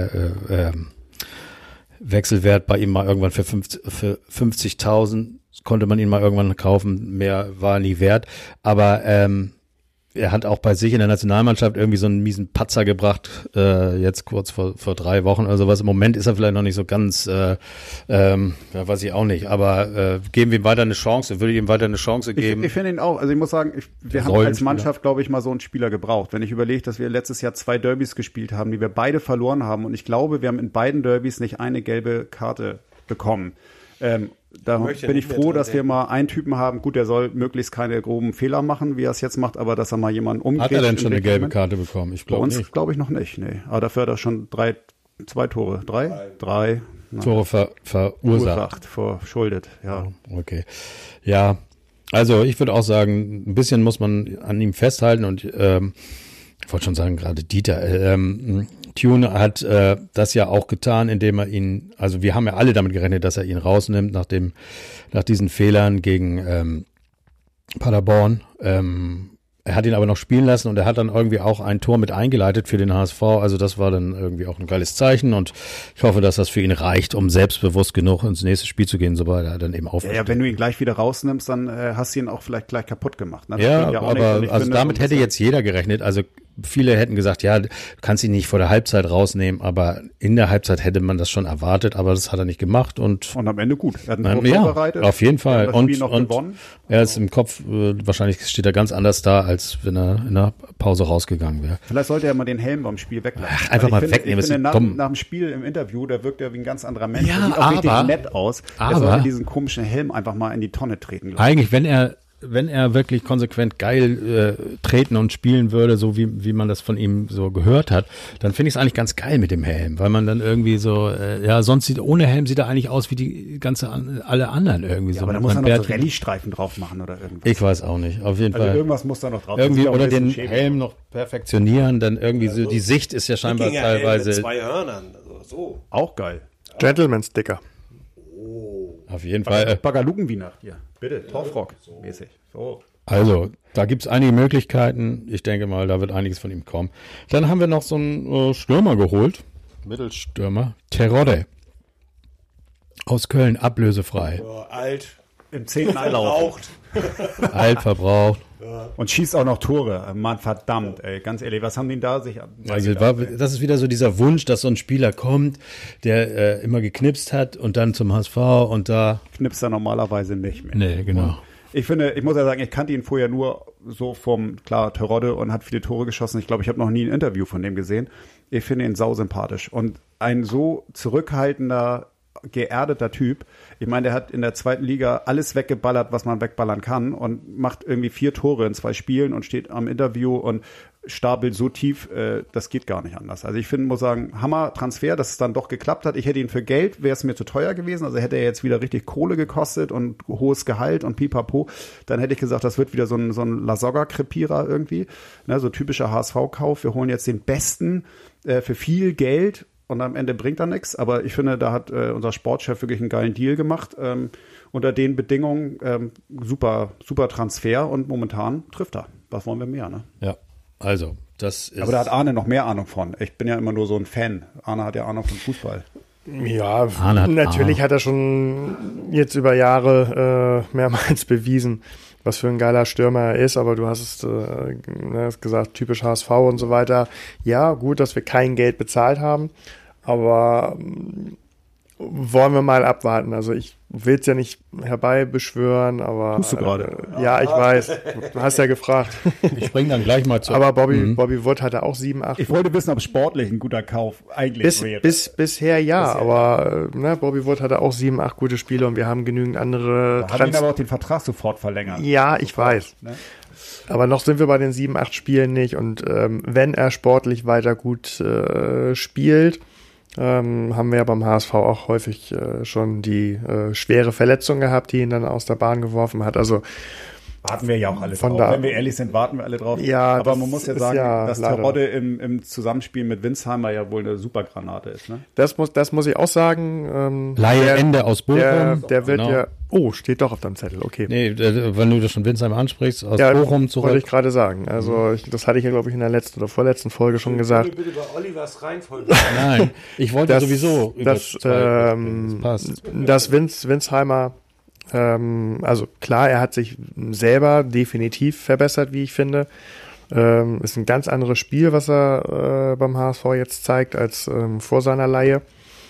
Wechselwert bei ihm mal irgendwann für 50.000 konnte man ihn mal irgendwann kaufen, mehr war nie wert, aber er hat auch bei sich in der Nationalmannschaft irgendwie so einen miesen Patzer gebracht, jetzt kurz vor 3 Wochen oder sowas. Im Moment ist er vielleicht noch nicht so ganz, weiß ich auch nicht, aber geben wir ihm weiter eine Chance, würde ich ihm weiter eine Chance geben. Ich finde ihn auch, also ich muss sagen, wir haben als Mannschaft, glaube ich, mal so einen Spieler gebraucht. Wenn ich überlege, dass wir letztes Jahr 2 Derbys gespielt haben, die wir beide verloren haben und ich glaube, wir haben in beiden Derbys nicht eine gelbe Karte bekommen. Da bin ich froh, dass wir mal einen Typen haben. Gut, der soll möglichst keine groben Fehler machen, wie er es jetzt macht, aber dass er mal jemanden umgeht. Hat er denn schon eine gelbe Karte bekommen? Ich Bei glaube uns nicht. glaube ich noch nicht, nee. Aber dafür hat er schon 2 Tore. 3? Tore verursacht. Verschuldet, ja. Okay. Ja, Also ich würde auch sagen, ein bisschen muss man an ihm festhalten und ich wollte schon sagen, gerade Dieter, Thune hat das ja auch getan, indem er ihn, also wir haben ja alle damit gerechnet, dass er ihn rausnimmt nach diesen Fehlern gegen Paderborn. Er hat ihn aber noch spielen lassen und er hat dann irgendwie auch ein Tor mit eingeleitet für den HSV. Also das war dann irgendwie auch ein geiles Zeichen und ich hoffe, dass das für ihn reicht, um selbstbewusst genug ins nächste Spiel zu gehen, sobald er dann eben aufsteht. Ja, wenn du ihn gleich wieder rausnimmst, dann hast du ihn auch vielleicht gleich kaputt gemacht. Ne? Ja, aber also damit hätte jetzt jeder gerechnet. Also viele hätten gesagt, ja, du kannst ihn nicht vor der Halbzeit rausnehmen, aber in der Halbzeit hätte man das schon erwartet, aber das hat er nicht gemacht und am Ende gut. Er hat einen Tor vorbereitet. Auf jeden Fall. Und gewonnen. Er ist im Kopf, wahrscheinlich steht er ganz anders da, als wenn er in der Pause rausgegangen wäre. Vielleicht sollte er mal den Helm beim Spiel weglassen. Ach, einfach mal wegnehmen. Ich finde, nach dem Spiel im Interview, da wirkt er wie ein ganz anderer Mensch. Ja, der sieht auch richtig nett aus. Er aber sollte diesen komischen Helm einfach mal in die Tonne treten. Eigentlich, wenn er wirklich konsequent geil treten und spielen würde, so wie man das von ihm so gehört hat, dann finde ich es eigentlich ganz geil mit dem Helm, weil man dann irgendwie so, sonst ohne Helm sieht er eigentlich aus wie alle anderen irgendwie so. Aber da muss er noch so Rallye-Streifen drauf machen oder irgendwas. Ich weiß auch nicht, auf jeden Fall. Also irgendwas muss da noch drauf. Irgendwie oder den Helm noch perfektionieren, dann irgendwie so, die Sicht ist ja scheinbar teilweise. Mit 2 Hörnern, also so. Auch geil. Gentleman-Sticker. Auf jeden Fall. Bagalugenwiener hier. Bitte, Torfrock-mäßig. So. Also, da gibt's einige Möglichkeiten. Ich denke mal, da wird einiges von ihm kommen. Dann haben wir noch so einen Stürmer geholt. Mittelstürmer. Terodde. Aus Köln, ablösefrei. Ja, alt. Im 10. Einlauf. Alt, verbraucht. Und schießt auch noch Tore. Mann, verdammt, ey. Ganz ehrlich, was haben die da sich Also das ist wieder so dieser Wunsch, dass so ein Spieler kommt, der immer geknipst hat und dann zum HSV und da knipst er normalerweise nicht mehr. Nee, genau. Ich muss ja sagen, ich kannte ihn vorher nur so klar, Terodde und hat viele Tore geschossen. Ich glaube, ich habe noch nie ein Interview von dem gesehen. Ich finde ihn sausympathisch. Und ein so zurückhaltender, geerdeter Typ. Ich meine, der hat in der 2. Liga alles weggeballert, was man wegballern kann und macht irgendwie 4 Tore in 2 Spielen und steht am Interview und stapelt so tief, das geht gar nicht anders. Also ich muss sagen, Hammer Transfer, dass es dann doch geklappt hat. Ich hätte ihn für Geld, wäre es mir zu teuer gewesen, also hätte er jetzt wieder richtig Kohle gekostet und hohes Gehalt und pipapo, dann hätte ich gesagt, das wird wieder so ein Lasogga-Krepierer irgendwie, ne, so typischer HSV-Kauf. Wir holen jetzt den Besten für viel Geld und am Ende bringt er nichts. Aber ich finde, da hat unser Sportchef wirklich einen geilen Deal gemacht. Unter den Bedingungen super Transfer und momentan trifft er. Was wollen wir mehr, ne? Ja, also das ist... Aber da hat Arne noch mehr Ahnung von. Ich bin ja immer nur so ein Fan. Arne hat ja Ahnung von Fußball. Ja, natürlich hat er schon jetzt über Jahre mehrmals bewiesen, was für ein geiler Stürmer er ist, aber du hast es gesagt, typisch HSV und so weiter. Ja, gut, dass wir kein Geld bezahlt haben, aber wollen wir mal abwarten. Also ich will es ja nicht herbeibeschwören, aber... Tust du gerade? Ja, ich weiß. Du hast ja gefragt. Ich bringe dann gleich mal zu. Aber Bobby Wood hatte auch 7, 8... Ich wollte wissen, ob sportlich ein guter Kauf eigentlich wäre. Bisher ja, aber Bobby Wood hatte auch 7, 8 gute Spiele und wir haben genügend andere... Da hat ihn aber auch den Vertrag sofort verlängert. Ja, ich weiß. Ne? Aber noch sind wir bei den 7, 8 Spielen nicht und wenn er sportlich weiter gut spielt... haben wir ja beim HSV auch häufig schon die schwere Verletzung gehabt, die ihn dann aus der Bahn geworfen hat. Also warten wir ja auch alle drauf. Wenn wir ehrlich sind, warten wir alle drauf. Ja, aber man muss ja sagen, dass Terodde im Zusammenspiel mit Winsheimer ja wohl eine Supergranate ist. Ne? Das muss ich auch sagen. Laie Ende aus Bochum. Der wird ja... Oh, steht doch auf deinem Zettel, okay. Nee, wenn du das schon Winsheimer ansprichst, aus Bochum zurück. Wollte ich gerade sagen. Also das hatte ich ja, glaube ich, in der letzten oder vorletzten Folge schon gesagt. Bitte bei Olivers Reihenfolge. Nein, ich wollte sowieso das passt. Dass Winsheimer, also klar, er hat sich selber definitiv verbessert, wie ich finde. Ist ein ganz anderes Spiel, was er beim HSV jetzt zeigt, als vor seiner Leihe.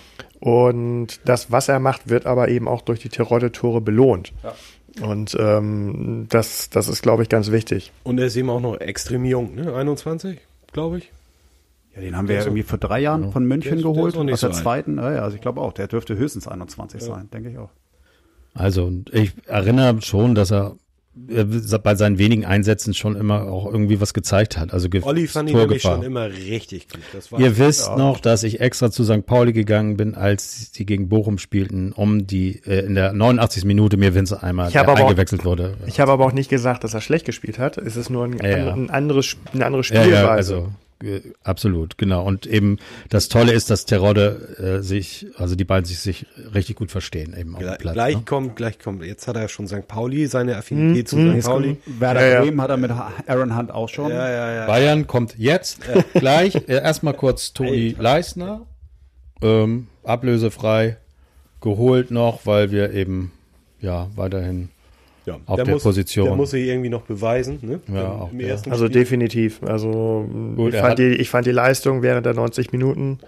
Und das, was er macht, wird aber eben auch durch die Terodde-Tore belohnt. Ja. Und das ist, glaube ich, ganz wichtig. Und er ist eben auch noch extrem jung, ne? 21, glaube ich. Ja, den haben wir ja irgendwie vor 3 Jahren von München geholt, aus der zweiten. Ja, also ich glaube auch, der dürfte höchstens 21 sein, denke ich auch. Also ich erinnere schon, dass er bei seinen wenigen Einsätzen schon immer auch irgendwie was gezeigt hat. Also Olli fand ihn nämlich schon immer richtig gut. Das war Ihr wisst noch, dass ich extra zu St. Pauli gegangen bin, als die gegen Bochum spielten, um die in der 89. Minute mir Vince einmal eingewechselt wurde. Ich habe aber auch nicht gesagt, dass er schlecht gespielt hat. Es ist nur eine andere Spielweise. Ja, also absolut, genau. Und eben das Tolle ist, dass Terodde die beiden sich richtig gut verstehen eben auf dem Platz. Gleich kommt. Jetzt hat er schon St. Pauli, seine Affinität zu St. Pauli. Werder Bremen hat er mit Aaron Hunt auch schon. Ja. Bayern kommt jetzt gleich. Erstmal kurz Toni Leisner, ablösefrei geholt noch, weil wir eben weiterhin auf der Position. Der muss sich irgendwie noch beweisen, ne? Ja, auch im ersten also Spiel. definitiv. Also gut, ich fand die Leistung während der 90 Minuten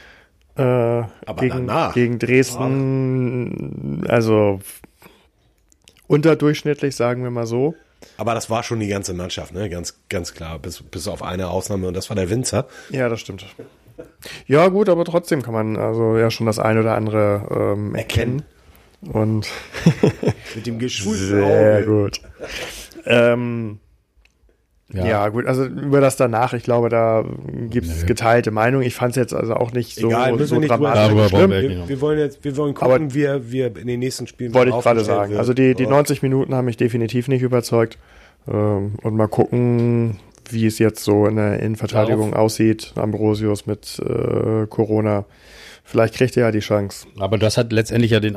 gegen Dresden, also unterdurchschnittlich, sagen wir mal so. Aber das war schon die ganze Mannschaft, ne? Ganz klar, bis auf eine Ausnahme, und das war der Winzer. Ja, das stimmt. Ja, gut, aber trotzdem kann man also ja schon das eine oder andere erkennen. Und mit dem geschulten sehr Auge. gut. Ja, gut, also über das danach, ich glaube, da gibt es geteilte Meinungen. Ich fand es jetzt also auch nicht so dramatisch schlimm. Wir wollen gucken, aber wir in den nächsten Spielen wollte ich gerade sagen. Wird. Also die 90 Minuten haben mich definitiv nicht überzeugt. Und mal gucken, wie es jetzt so in der Innenverteidigung aussieht. Ambrosius mit Corona. Vielleicht kriegt er ja die Chance. Aber das hat letztendlich ja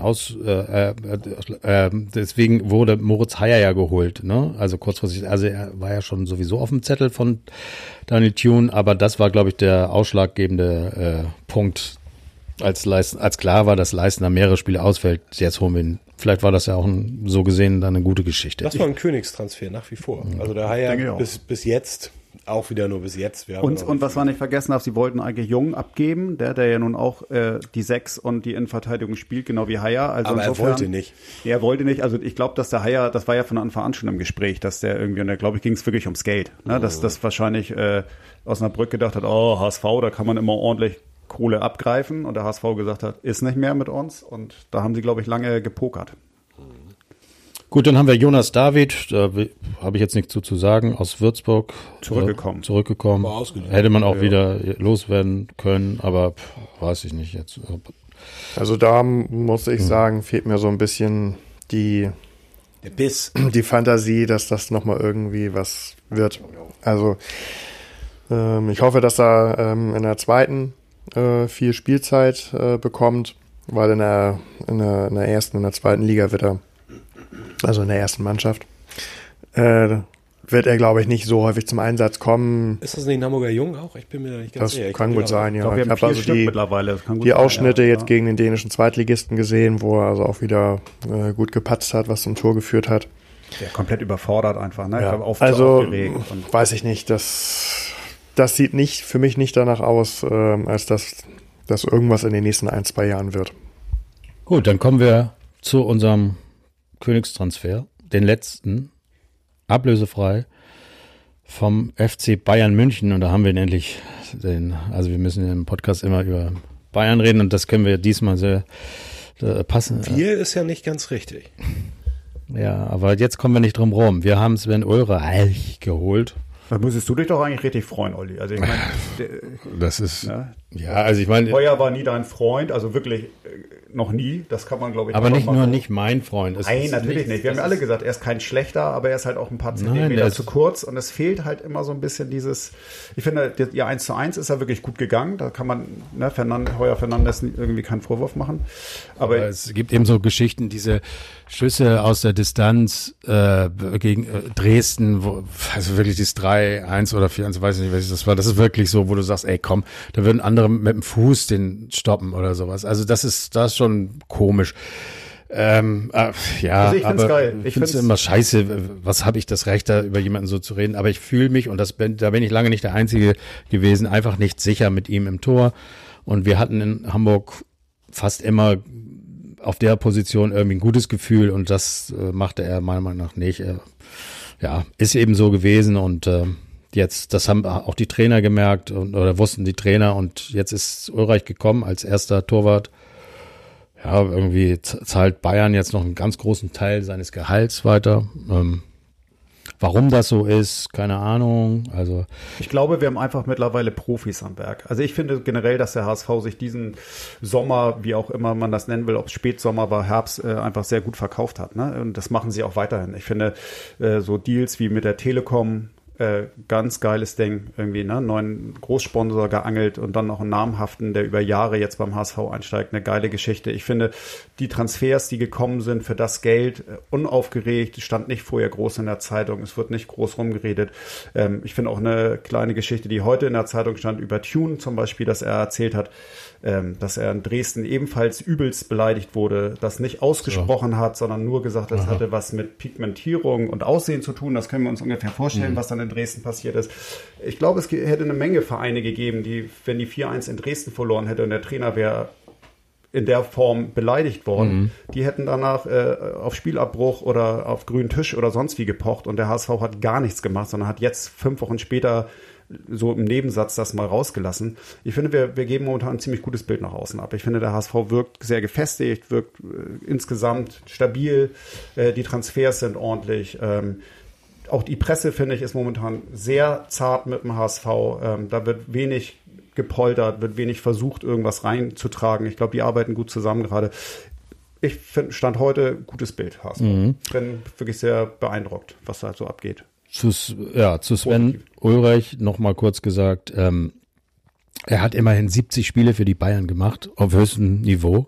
deswegen wurde Moritz Heyer ja geholt, ne? Also kurzfristig, also er war ja schon sowieso auf dem Zettel von Daniel Thune, aber das war, glaube ich, der ausschlaggebende Punkt, als klar war, dass Leistner mehrere Spiele ausfällt. Jetzt holen wir ihn. Vielleicht war das ja auch so gesehen dann eine gute Geschichte. Das war ein Königstransfer nach wie vor. Also der Heyer bis jetzt auch wieder nur bis jetzt. Und was man nicht vergessen darf, sie wollten eigentlich Jung abgeben, der ja nun auch die 6 und die Innenverteidigung spielt, genau wie Heyer. Also aber insofern, er wollte nicht. Er wollte nicht. Also ich glaube, dass der Heyer, das war ja von Anfang an schon im Gespräch, dass der irgendwie, und da glaube ich, ging es wirklich ums Geld. Ne? Dass das wahrscheinlich Osnabrück gedacht hat, HSV, da kann man immer ordentlich Kohle abgreifen. Und der HSV gesagt hat, ist nicht mehr mit uns. Und da haben sie, glaube ich, lange gepokert. Gut, dann haben wir Jonas David, da habe ich jetzt nichts zu sagen, aus Würzburg. Zurückgekommen. Hätte man auch wieder loswerden können, aber weiß ich nicht jetzt. Also da muss ich sagen, fehlt mir so ein bisschen der Biss, die Fantasie, dass das nochmal irgendwie was wird. Also ich hoffe, dass er in der zweiten viel Spielzeit bekommt, weil in der ersten, in der zweiten Liga wird er, also in der ersten Mannschaft, wird er, glaube ich, nicht so häufig zum Einsatz kommen. Ist das nicht ein Hamburger Jung auch? Ich bin mir nicht ganz sicher. Das kann gut sein, ja. Ich habe also mittlerweile. Die Ausschnitte jetzt gegen den dänischen Zweitligisten gesehen, wo er also auch wieder gut gepatzt hat, was zum Tor geführt hat. Ja, komplett überfordert einfach, ne? Ja. Also, weiß ich nicht, das sieht für mich nicht danach aus, als dass irgendwas in den nächsten 1-2 Jahren wird. Gut, dann kommen wir zu unserem Königstransfer, den letzten, ablösefrei vom FC Bayern München. Und da haben wir endlich also wir müssen im Podcast immer über Bayern reden und das können wir diesmal sehr passen. Wir ist ja nicht ganz richtig. Ja, aber jetzt kommen wir nicht drum rum. Wir haben Sven Ulreich geholt. Da müsstest du dich doch eigentlich richtig freuen, Olli. Also ich meine, das ist, also ich meine. Heuer war nie dein Freund, also wirklich noch nie. Das kann man, glaube ich, aber nicht mein Freund. Nein, natürlich nicht. Wir haben ja alle gesagt, er ist kein schlechter, aber er ist halt auch ein paar Zentimeter zu kurz. Und es fehlt halt immer so ein bisschen dieses, ich finde, ihr 1:1 ist ja wirklich gut gegangen. Da kann man Heuer Fernandes irgendwie keinen Vorwurf machen. Aber es gibt eben so Geschichten, diese Schüsse aus der Distanz gegen Dresden, also wirklich dieses 3-1 oder 4-1, weiß ich nicht, welches das war. Das ist wirklich so, wo du sagst, ey komm, da würden andere mit dem Fuß den stoppen oder sowas. Also das ist schon komisch. Also ich find's geil. Ich finde es immer scheiße, was habe ich das Recht, da über jemanden so zu reden. Aber ich fühle mich, und da bin ich lange nicht der Einzige gewesen, einfach nicht sicher mit ihm im Tor. Und wir hatten in Hamburg fast immer auf der Position irgendwie ein gutes Gefühl, und das machte er meiner Meinung nach nicht. Ist eben so gewesen, und jetzt, das haben auch die Trainer gemerkt oder wussten die Trainer, und jetzt ist Ulreich gekommen als erster Torwart. Ja, irgendwie zahlt Bayern jetzt noch einen ganz großen Teil seines Gehalts weiter. Warum das so ist, keine Ahnung. Also ich glaube, wir haben einfach mittlerweile Profis am Werk. Also ich finde generell, dass der HSV sich diesen Sommer, wie auch immer man das nennen will, ob es Spätsommer war, Herbst, einfach sehr gut verkauft hat. Ne? Und das machen sie auch weiterhin. Ich finde, so Deals wie mit der Telekom, ganz geiles Ding irgendwie, ne? Neuen Großsponsor geangelt und dann noch einen namhaften, der über Jahre jetzt beim HSV einsteigt. Eine geile Geschichte. Ich finde, die Transfers, die gekommen sind für das Geld, unaufgeregt, stand nicht vorher groß in der Zeitung. Es wird nicht groß rumgeredet. Ich finde auch eine kleine Geschichte, die heute in der Zeitung stand, über Tune zum Beispiel, dass er erzählt hat, dass er in Dresden ebenfalls übelst beleidigt wurde, das nicht ausgesprochen hat, sondern nur gesagt, das hatte was mit Pigmentierung und Aussehen zu tun. Das können wir uns ungefähr vorstellen, was dann in Dresden passiert ist. Ich glaube, es hätte eine Menge Vereine gegeben, die, wenn die 4-1 in Dresden verloren hätte und der Trainer wäre in der Form beleidigt worden, die hätten danach auf Spielabbruch oder auf grünen Tisch oder sonst wie gepocht und der HSV hat gar nichts gemacht, sondern hat jetzt 5 Wochen später so im Nebensatz das mal rausgelassen. Ich finde, wir geben momentan ein ziemlich gutes Bild nach außen ab. Ich finde, der HSV wirkt sehr gefestigt, wirkt insgesamt stabil, die Transfers sind ordentlich. Auch die Presse, finde ich, ist momentan sehr zart mit dem HSV. Da wird wenig gepoltert, wird wenig versucht, irgendwas reinzutragen. Ich glaube, die arbeiten gut zusammen gerade. Ich finde, Stand heute gutes Bild, HSV. Ich bin wirklich sehr beeindruckt, was da so abgeht. Zu Sven Ulreich noch mal kurz gesagt, er hat immerhin 70 Spiele für die Bayern gemacht, auf höchstem Niveau.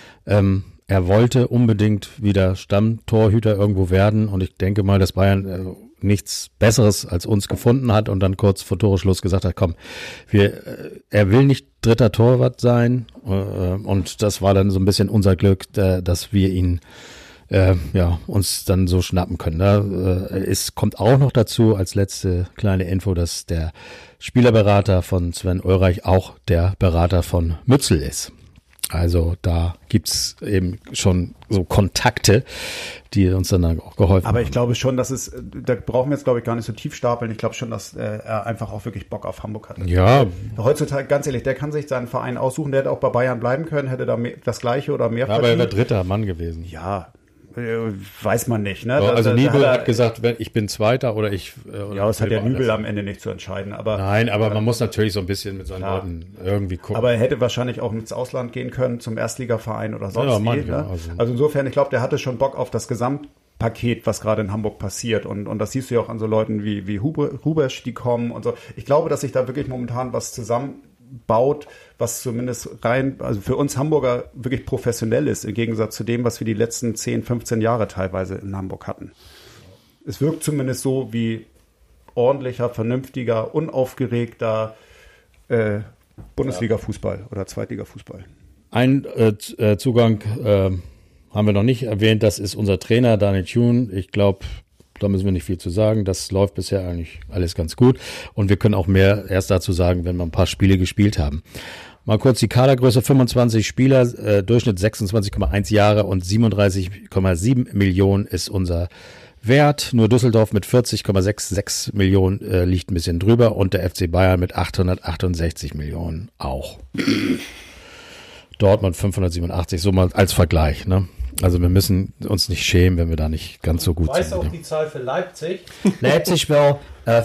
Er wollte unbedingt wieder Stammtorhüter irgendwo werden und ich denke mal, dass Bayern nichts Besseres als uns gefunden hat und dann kurz vor Toreschluss gesagt hat, komm, er will nicht dritter Torwart sein und das war dann so ein bisschen unser Glück, dass wir ihn uns dann so schnappen können. Es kommt auch noch dazu als letzte kleine Info, dass der Spielerberater von Sven Ulreich auch der Berater von Mützel ist. Also da gibt's eben schon so Kontakte, die uns dann auch geholfen haben. Aber ich glaube schon, dass da brauchen wir jetzt, glaube ich, gar nicht so tief stapeln. Ich glaube schon, dass er einfach auch wirklich Bock auf Hamburg hat. Ja. Heutzutage, ganz ehrlich, der kann sich seinen Verein aussuchen. Der hätte auch bei Bayern bleiben können, hätte da das Gleiche oder mehr verdient. Aber er wäre dritter Mann gewesen. Ja, weiß man nicht. Ne? Also Nibel hat gesagt, ich bin Zweiter oder ich... ja, das hat der Nibel am Ende nicht zu entscheiden. Aber nein, aber man muss natürlich so ein bisschen mit seinen Leuten irgendwie gucken. Aber er hätte wahrscheinlich auch ins Ausland gehen können, zum Erstligaverein oder sonst wie. Ne? Also insofern, ich glaube, der hatte schon Bock auf das Gesamtpaket, was gerade in Hamburg passiert. Und das siehst du ja auch an so Leuten wie Rubesch, die kommen und so. Ich glaube, dass sich da wirklich momentan was zusammenbaut, was zumindest also für uns Hamburger wirklich professionell ist, im Gegensatz zu dem, was wir die letzten 10, 15 Jahre teilweise in Hamburg hatten. Es wirkt zumindest so wie ordentlicher, vernünftiger, unaufgeregter Bundesliga-Fußball oder Zweitliga-Fußball. Ein Zugang haben wir noch nicht erwähnt, das ist unser Trainer Daniel Thune. Ich glaube, da müssen wir nicht viel zu sagen. Das läuft bisher eigentlich alles ganz gut. Und wir können auch mehr erst dazu sagen, wenn wir ein paar Spiele gespielt haben. Mal kurz die Kadergröße, 25 Spieler, Durchschnitt 26,1 Jahre und 37,7 Millionen ist unser Wert. Nur Düsseldorf mit 40,66 Millionen liegt ein bisschen drüber und der FC Bayern mit 868 Millionen auch. Dortmund 587, so mal als Vergleich, ne? Also wir müssen uns nicht schämen, wenn wir da nicht ganz so gut sind. Weißt du auch die Zahl für Leipzig? Leipzig will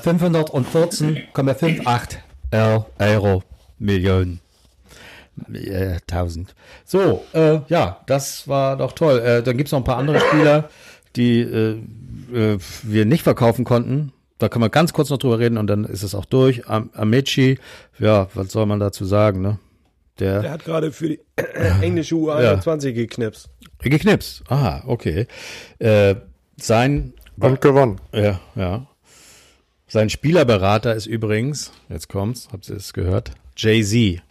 514,58 Euro Millionen. 1000. So, das war doch toll. Dann gibt's noch ein paar andere Spieler, die wir nicht verkaufen konnten. Da können wir ganz kurz noch drüber reden und dann ist es auch durch. Amici, ja, was soll man dazu sagen, ne? Der hat gerade für die englische U21 geknipst. Geknipst, aha, okay. Und gewonnen. Ja. Sein Spielerberater ist übrigens, jetzt kommt's, habt ihr es gehört, Jay-Z.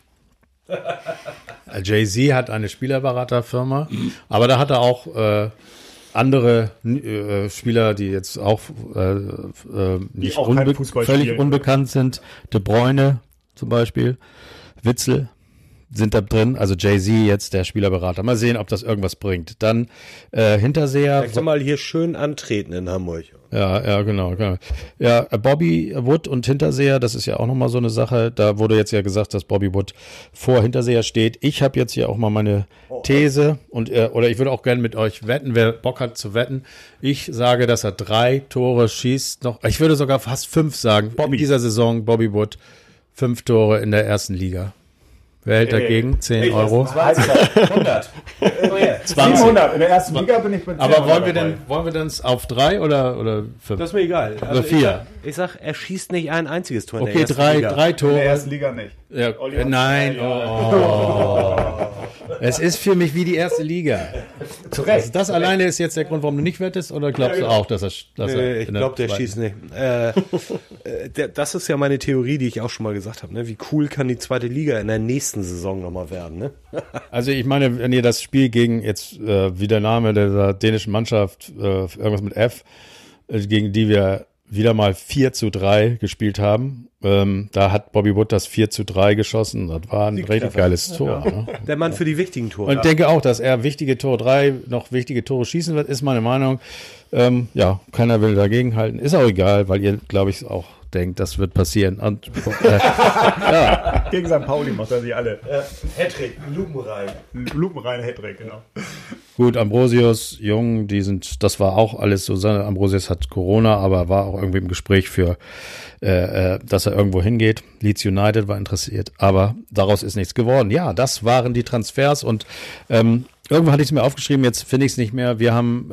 Jay-Z hat eine Spielerberaterfirma, aber da hat er auch andere Spieler, die jetzt auch nicht auch völlig unbekannt sind. De Bruyne zum Beispiel, Witzel, sind da drin, also Jay-Z jetzt, der Spielerberater. Mal sehen, ob das irgendwas bringt. Dann Hinterseher. Sag mal hier schön antreten in Hamburg. Ja, genau. Ja, Bobby Wood und Hinterseher, das ist ja auch nochmal so eine Sache. Da wurde jetzt ja gesagt, dass Bobby Wood vor Hinterseher steht. Ich habe jetzt hier auch mal meine These und oder ich würde auch gerne mit euch wetten, wer Bock hat zu wetten. Ich sage, dass er 3 Tore schießt noch. Ich würde sogar fast 5 sagen. In dieser Saison Bobby Wood 5 Tore in der ersten Liga. Wer hält dagegen? 10 Euro. 100. 700. In der ersten Liga bin ich mit 10 Aber wollen dabei. wir denn auf 3 oder 5? Das ist mir egal. Also 4. Ich sag, er schießt nicht ein einziges Tor Okay, in der ersten Liga. 3 In Tore. der ersten Liga nicht. Ja, nein. Oh. Es ist für mich wie die erste Liga. Also das alleine ist jetzt der Grund, warum du nicht wettest, oder glaubst du auch, dass er Ich glaube, der schießt nicht. Das ist ja meine Theorie, die ich auch schon mal gesagt habe. Ne? Wie cool kann die zweite Liga in der nächsten Saison nochmal werden? Ne? Also ich meine, wenn ihr das Spiel gegen jetzt, wie der Name der dänischen Mannschaft, irgendwas mit F, gegen die wir wieder mal 4:3 gespielt haben, da hat Bobby Wood das 4:3 geschossen. Das war ein richtig geiles Tor. Ja. Ne? Der Mann für die wichtigen Tore. Und ich denke auch, dass er wichtige Tore schießen wird, ist meine Meinung. Ja, keiner will dagegen halten. Ist auch egal, weil ihr, glaube ich, auch denkt, das wird passieren. Und, ja. Gegen St. Pauli macht er sie alle. Hattrick, lupenrein. Lupenrein Hattrick, genau. Gut, Ambrosius, Jung, das war auch alles so. Ambrosius hat Corona, aber war auch irgendwie im Gespräch dass er irgendwo hingeht. Leeds United war interessiert, aber daraus ist nichts geworden. Ja, das waren die Transfers und irgendwo hatte ich es mir aufgeschrieben, jetzt finde ich es nicht mehr. Wir haben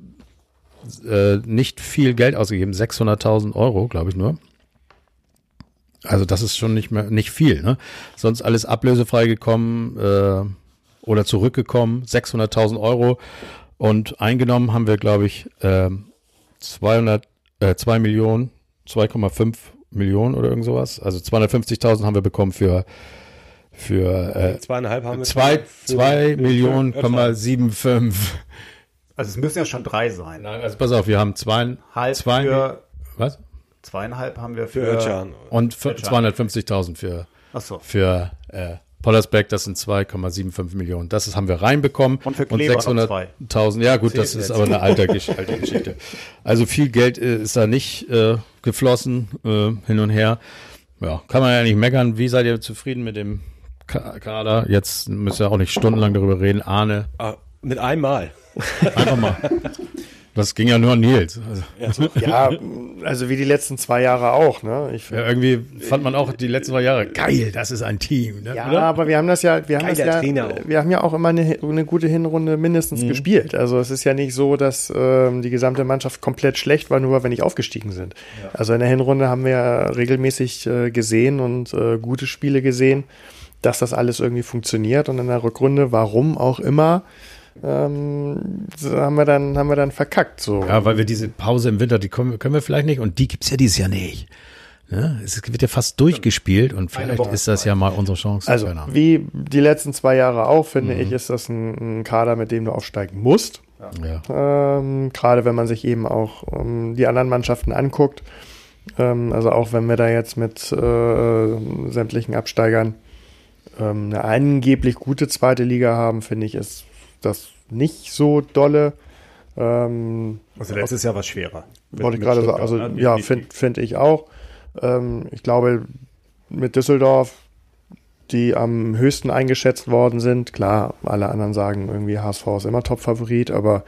nicht viel Geld ausgegeben, 600.000 Euro, glaube ich nur. Also das ist schon nicht viel, ne? Sonst alles ablösefrei gekommen oder zurückgekommen, 600.000 Euro und eingenommen haben wir, glaube ich, 2,5 Millionen oder irgend sowas. Also 250.000 haben wir bekommen für 2,5 haben wir 2 Millionen,75. Also es müssen ja schon 3 sein. Nein, also pass auf, wir haben 2,5 was? 2,5 haben wir für Özcan. Und 250.000 für Pollersbeck, das sind 2,75 Millionen. Das haben wir reinbekommen. Und für Kleber 600.000. Ja gut, das ist aber eine alte Geschichte. Also viel Geld ist da nicht geflossen, hin und her. Ja, kann man ja nicht meckern. Wie seid ihr zufrieden mit dem Kader? Jetzt müsst ihr auch nicht stundenlang darüber reden. Arne. Mit einmal. Einfach mal. Das ging ja nur an Nils. Ja, also wie die letzten 2 Jahre auch. Ne? Irgendwie fand man auch die letzten 2 Jahre geil, das ist ein Team. Ne? Ja, oder? Aber wir haben ja auch immer eine gute Hinrunde mindestens gespielt. Also es ist ja nicht so, dass die gesamte Mannschaft komplett schlecht war, nur weil wir nicht aufgestiegen sind. Ja. Also in der Hinrunde haben wir ja regelmäßig gesehen und gute Spiele gesehen, dass das alles irgendwie funktioniert. Und in der Rückrunde, warum auch immer, haben wir dann verkackt. So. Ja, weil wir diese Pause im Winter, die können wir vielleicht nicht und die gibt's ja dieses Jahr nicht. Ne? Es wird ja fast durchgespielt und vielleicht ist das ja mal unsere Chance. Also wie die letzten 2 Jahre auch, finde ich, ist das ein Kader, mit dem du aufsteigen musst. Ja. Gerade wenn man sich eben auch die anderen Mannschaften anguckt. Also auch wenn wir da jetzt mit sämtlichen Absteigern eine angeblich gute zweite Liga haben, finde ich, ist das nicht so dolle. Also letztes Jahr war es schwerer. Wollte ich gerade sagen. Also ne? Ja, finde ich auch. Ich glaube, mit Düsseldorf, die am höchsten eingeschätzt worden sind, klar, alle anderen sagen irgendwie HSV ist immer Top-Favorit, aber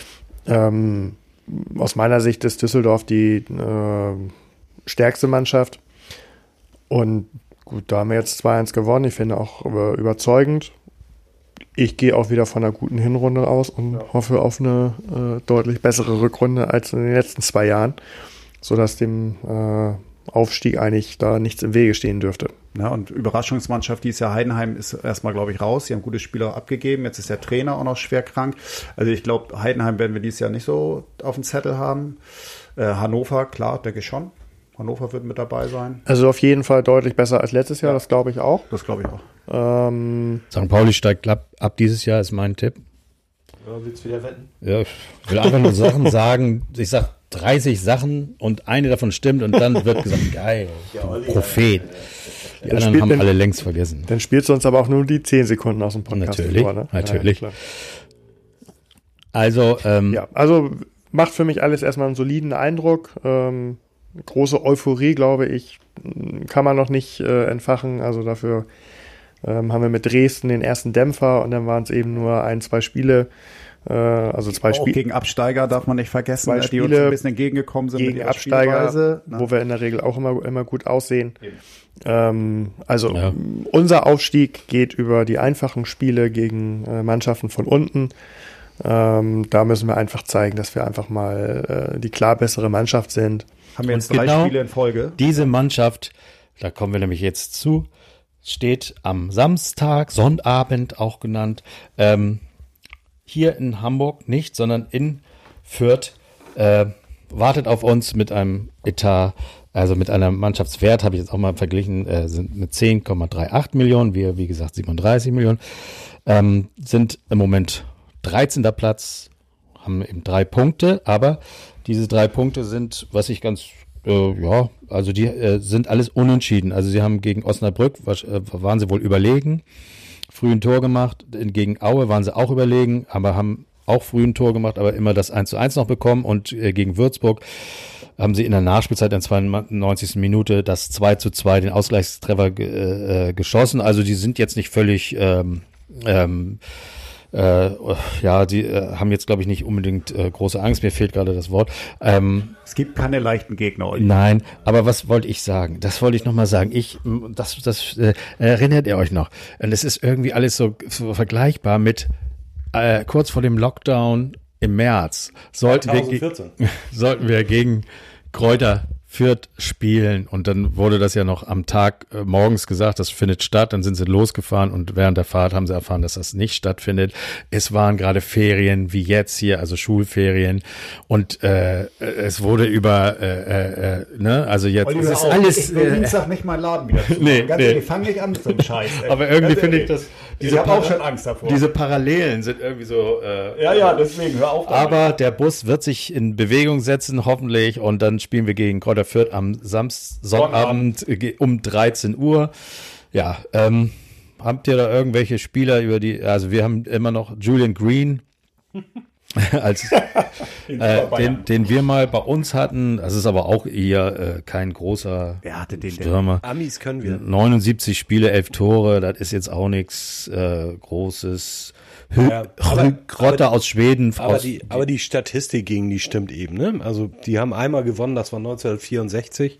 aus meiner Sicht ist Düsseldorf die stärkste Mannschaft. Und gut, da haben wir jetzt 2-1 gewonnen. Ich finde auch überzeugend. Ich gehe auch wieder von einer guten Hinrunde aus und hoffe auf eine deutlich bessere Rückrunde als in den letzten 2 Jahren, sodass dem Aufstieg eigentlich da nichts im Wege stehen dürfte. Ja, und Überraschungsmannschaft dieses Jahr Heidenheim ist erstmal, glaube ich, raus. Sie haben gute Spieler abgegeben. Jetzt ist der Trainer auch noch schwer krank. Also ich glaube, Heidenheim werden wir dieses Jahr nicht so auf dem Zettel haben. Hannover, klar, denke ich schon. Hannover wird mit dabei sein. Also auf jeden Fall deutlich besser als letztes Jahr, das glaube ich auch. Das glaube ich auch. St. Pauli steigt ab dieses Jahr, ist mein Tipp. Ja, willst du wieder wetten? Ja, ich will einfach nur Sachen sagen. Ich sag 30 Sachen und eine davon stimmt und dann wird gesagt, geil, Prophet. Die anderen haben alle längst vergessen. Dann spielst du uns aber auch nur die 10 Sekunden aus dem Podcast Natürlich, vor, ne? natürlich. Ja, klar. Also, also macht für mich alles erstmal einen soliden Eindruck. Große Euphorie, glaube ich, kann man noch nicht entfachen. Also dafür haben wir mit Dresden den ersten Dämpfer und dann waren es eben nur 1-2 Spiele. Also 2 Spiele. Gegen Absteiger darf man nicht vergessen, 2 die uns ein bisschen entgegengekommen sind gegen mit ihrer Absteiger, Spielweise, ne? wo wir in der Regel auch immer gut aussehen. Unser Aufstieg geht über die einfachen Spiele gegen Mannschaften von unten. Da müssen wir einfach zeigen, dass wir einfach mal die klar bessere Mannschaft sind. Haben wir jetzt 3 Spiele in Folge. Diese Mannschaft, da kommen wir nämlich jetzt zu, steht am Samstag, Sonnabend auch genannt, hier in Hamburg nicht, sondern in Fürth, wartet auf uns mit einem Etat, also mit einem Mannschaftswert, habe ich jetzt auch mal verglichen, sind mit 10,38 Millionen, wir wie gesagt 37 Millionen, sind im Moment 13. Platz, haben eben 3 Punkte, aber diese 3 Punkte sind, was ich ganz, also die sind alles unentschieden. Also sie haben gegen Osnabrück, waren sie wohl überlegen, früh ein Tor gemacht, gegen Aue waren sie auch überlegen, aber haben auch früh ein Tor gemacht, aber immer das 1:1 noch bekommen und gegen Würzburg haben sie in der Nachspielzeit in der 92. Minute das 2:2, den Ausgleichstreffer geschossen. Also die sind jetzt nicht völlig die haben jetzt, glaube ich, nicht unbedingt große Angst. Mir fehlt gerade das Wort. Es gibt keine leichten Gegner. Olli. Nein, aber was wollte ich sagen? Das wollte ich nochmal sagen. Das erinnert ihr euch noch? Und es ist irgendwie alles so vergleichbar mit kurz vor dem Lockdown im März sollten wir gegen Kräuter Fürth spielen und dann wurde das ja noch am Tag morgens gesagt, das findet statt, dann sind sie losgefahren und während der Fahrt haben sie erfahren, dass das nicht stattfindet. Es waren gerade Ferien wie jetzt hier, also Schulferien und es wurde über, also jetzt Oliver, ist alles... Ich will Dienstag nicht meinen Laden wieder zu. Nee. Ich fange nicht an mit so einem Scheiß. Ey. Aber irgendwie finde ich das... Ich habe auch schon Angst davor. Diese Parallelen sind irgendwie so... deswegen hör auf damit. Aber der Bus wird sich in Bewegung setzen, hoffentlich, und dann spielen wir gegen Kräuter Fürth am Sonnabend um 13 Uhr. Ja, habt ihr da irgendwelche Spieler also wir haben immer noch Julian Green als den wir mal bei uns hatten. Das ist aber auch eher kein großer Stürmer. Amis können wir. 79 Spiele, 11 Tore, das ist jetzt auch nichts Großes. Grotte aus Schweden. Aber die Statistik gegen die stimmt eben, ne? Also die haben einmal gewonnen, das war 1964.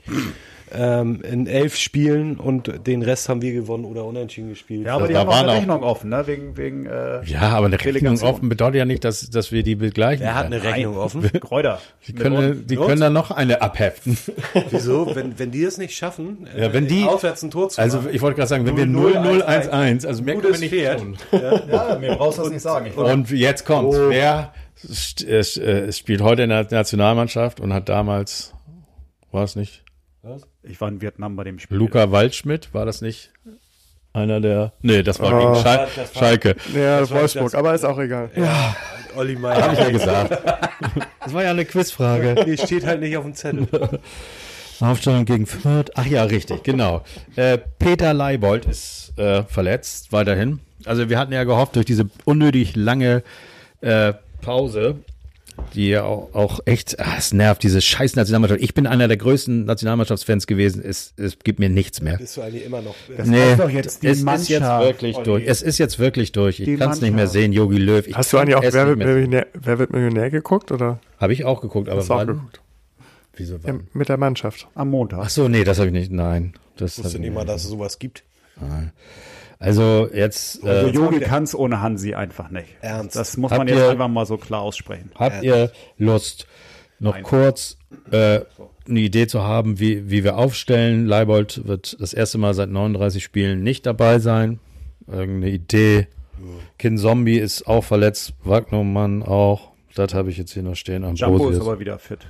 In 11 Spielen und den Rest haben wir gewonnen oder unentschieden gespielt. Ja, aber die haben auch eine Rechnung offen, ne? Wegen ja, aber eine Rechnung offen bedeutet ja nicht, dass wir die begleichen. Wer hat eine Rechnung offen? Kräuter. Die können dann noch eine abheften. Wieso? Wenn die es nicht schaffen, wenn die auswärts ein Tor zu machen. Also ich wollte gerade sagen, wenn wir 0-0-1-1, also mehr können wir nicht tun. Ja, mir brauchst du das nicht sagen. Und jetzt kommt's. Wer spielt heute in der Nationalmannschaft und hat damals, war es nicht? Was? Ich war in Vietnam bei dem Spiel. Luca Waldschmidt, war das nicht einer der... Nee, das war gegen Schalke. Ja, Wolfsburg, aber ist auch egal. Ja, Olli Meier. Hab ich ja gesagt. Das war ja eine Quizfrage. Die steht halt nicht auf dem Zettel. Aufstellung gegen Fürth. Ach ja, richtig, genau. Peter Leibold ist verletzt, weiterhin. Also wir hatten ja gehofft, durch diese unnötig lange Pause, die ja auch echt, es nervt, diese scheiß Nationalmannschaft. Ich bin einer der größten Nationalmannschaftsfans gewesen. Es gibt mir nichts mehr. Bist du eigentlich immer noch? Das ist doch jetzt die es Mannschaft. Ist jetzt wirklich durch. Es ist jetzt wirklich durch. Ich kann es nicht mehr sehen, Jogi Löw. Hast du eigentlich auch Wer wird Millionär geguckt, oder? Habe ich auch geguckt, aber Hast du auch geguckt? Wieso? Ja, mit der Mannschaft. Am Montag. Ach so, nee, das habe ich nicht. Nein. Ich wusste nicht mal, dass es sowas gibt. Nein. Also jetzt... Also Jogi kann es ohne Hansi einfach nicht. Ernst? Das muss man jetzt einfach mal so klar aussprechen. Habt ihr Lust, noch kurz eine Idee zu haben, wie wir aufstellen? Leibold wird das erste Mal seit 39 Spielen nicht dabei sein. Irgendeine Idee? Kin Zombie ist auch verletzt. Wagnermann auch. Das habe ich jetzt hier noch stehen. Jumbo ist aber wieder fit.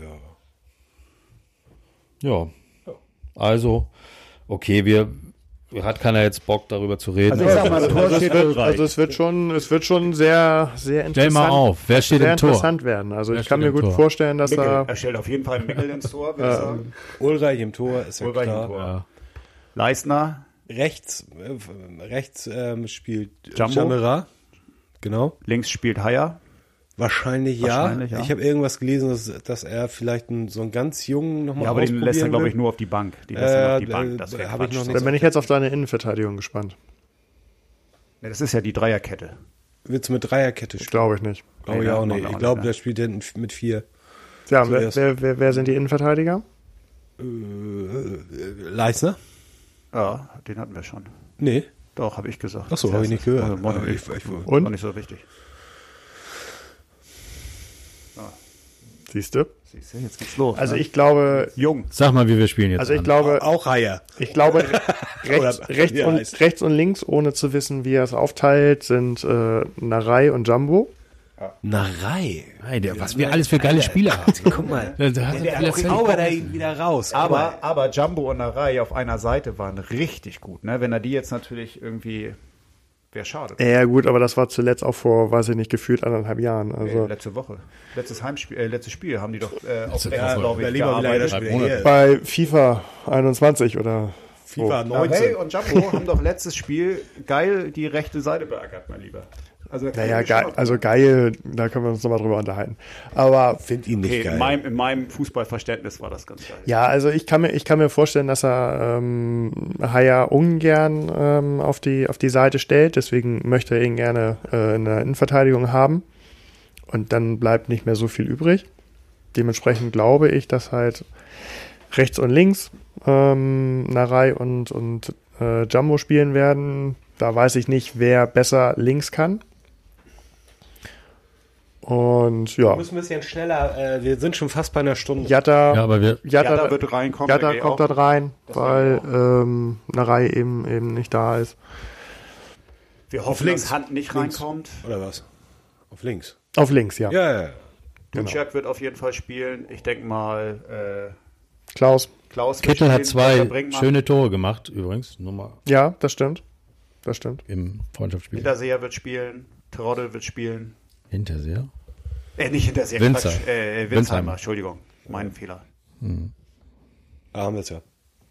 Ja. Also, okay, hat keiner jetzt Bock, darüber zu reden. Also ich sag mal, es wird schon sehr, sehr interessant. Stell mal auf, wer steht im Tor? Interessant werden. Also ich kann mir gut vorstellen, dass er stellt auf jeden Fall Mickel ins Tor, würde ich sagen. Ulreich im Tor ist ja Ulreich klar. im Tor. Leistner. Rechts spielt Jumbo. Jamera. Genau. Links spielt Haier. Wahrscheinlich ja. Ich habe irgendwas gelesen, dass er vielleicht so einen ganz jungen nochmal aber den lässt er, glaube ich, nur auf die Bank. Das wäre habe ich noch nicht. Dann bin ich jetzt auf deine Innenverteidigung gespannt. Ja, das ist ja die Dreierkette. Willst du mit Dreierkette spielen? Glaube ich nicht. Glaube ich auch nicht. Ich glaube, der spielt dann mit 4. Ja, wer sind die Innenverteidiger? Leistner? Ja, den hatten wir schon. Nee. Doch, habe ich gesagt. Achso, habe ich nicht gehört. War nicht so wichtig. Siehst du? Jetzt geht's los. Also ich glaube... Jung. Sag mal, wie wir spielen jetzt. Also ich glaube... Auch Haier. Ich glaube, rechts und links, ohne zu wissen, wie er es aufteilt, sind Narei und Jumbo. Narei? Was wir alles für geile Spieler haben. Guck mal. Der zaubert er ihn wieder raus. Aber Jumbo und Narei auf einer Seite waren richtig gut. Ne? Wenn er die jetzt natürlich irgendwie... Wäre schade. Ja gut, aber das war zuletzt auch vor, weiß ich nicht, gefühlt 1,5 Jahren. Also letzte Woche. letztes Spiel haben die doch auf Woche. glaube ich, gearbeitet. Bei FIFA 21 oder FIFA 19. Hey und Jumbo haben doch letztes Spiel geil die rechte Seite beackert, mein Lieber. Also geil, da können wir uns nochmal drüber unterhalten. Aber finde ihn nicht geil. In meinem Fußballverständnis war das ganz geil. Ja, also ich kann mir vorstellen, dass er Haier ungern auf die Seite stellt. Deswegen möchte er ihn gerne in der Innenverteidigung haben. Und dann bleibt nicht mehr so viel übrig. Dementsprechend glaube ich, dass halt rechts und links Narei und Jumbo spielen werden. Da weiß ich nicht, wer besser links kann. Und ja. Wir müssen ein bisschen schneller, wir sind schon fast bei einer Stunde. Jatta wird reinkommen. Jatta kommt dort rein, weil Narei eben nicht da ist. Wir hoffen, dass Hand nicht reinkommt. Oder was? Auf links? Auf links, ja. Ja. Duciak wird auf jeden Fall spielen. Ich denke mal, Klaus Kittel hat 2 schöne Tore gemacht, übrigens. Ja, das stimmt. Im Freundschaftsspiel. Hinterseher wird spielen. Terodde wird spielen. Hinterseher? Nicht Hinterseher. Winsheimer, Entschuldigung. Mein Fehler. Haben wir es ja.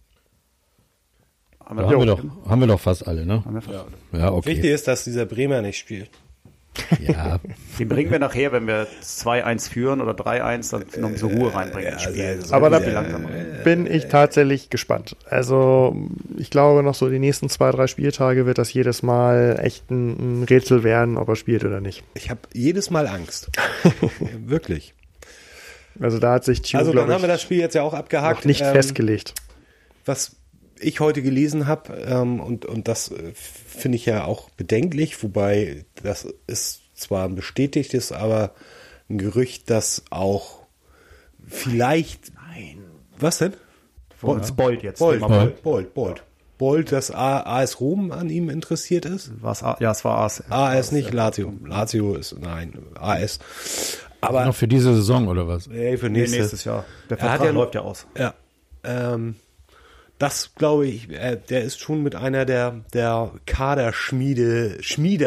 Haben wir doch fast alle, ne? Ja, okay. Wichtig ist, dass dieser Bremer nicht spielt. Ja. Den bringen wir nachher, wenn wir 2-1 führen oder 3-1, dann noch ein bisschen Ruhe reinbringen ins Spiel. Aber da bin ich tatsächlich gespannt. Also ich glaube, noch so die nächsten 2-3 Spieltage wird das jedes Mal echt ein Rätsel werden, ob er spielt oder nicht. Ich habe jedes Mal Angst. Wirklich. Also da hat sich Tio, dann haben wir das Spiel jetzt ja auch abgehakt. Noch nicht festgelegt. Was ich heute gelesen habe, und das finde ich ja auch bedenklich, wobei das ist zwar ein bestätigtes, aber ein Gerücht, dass auch vielleicht... Nein. Was denn? Bold jetzt. Bold, dass AS Rom an ihm interessiert ist? Es war AS. AS nicht Lazio. Lazio ist, nein, AS. Aber noch für diese Saison oder was? Nee, für nächstes Jahr. Der Vertrag läuft ja aus. Ja. Das glaube ich, der ist schon mit einer der Kaderschmiede.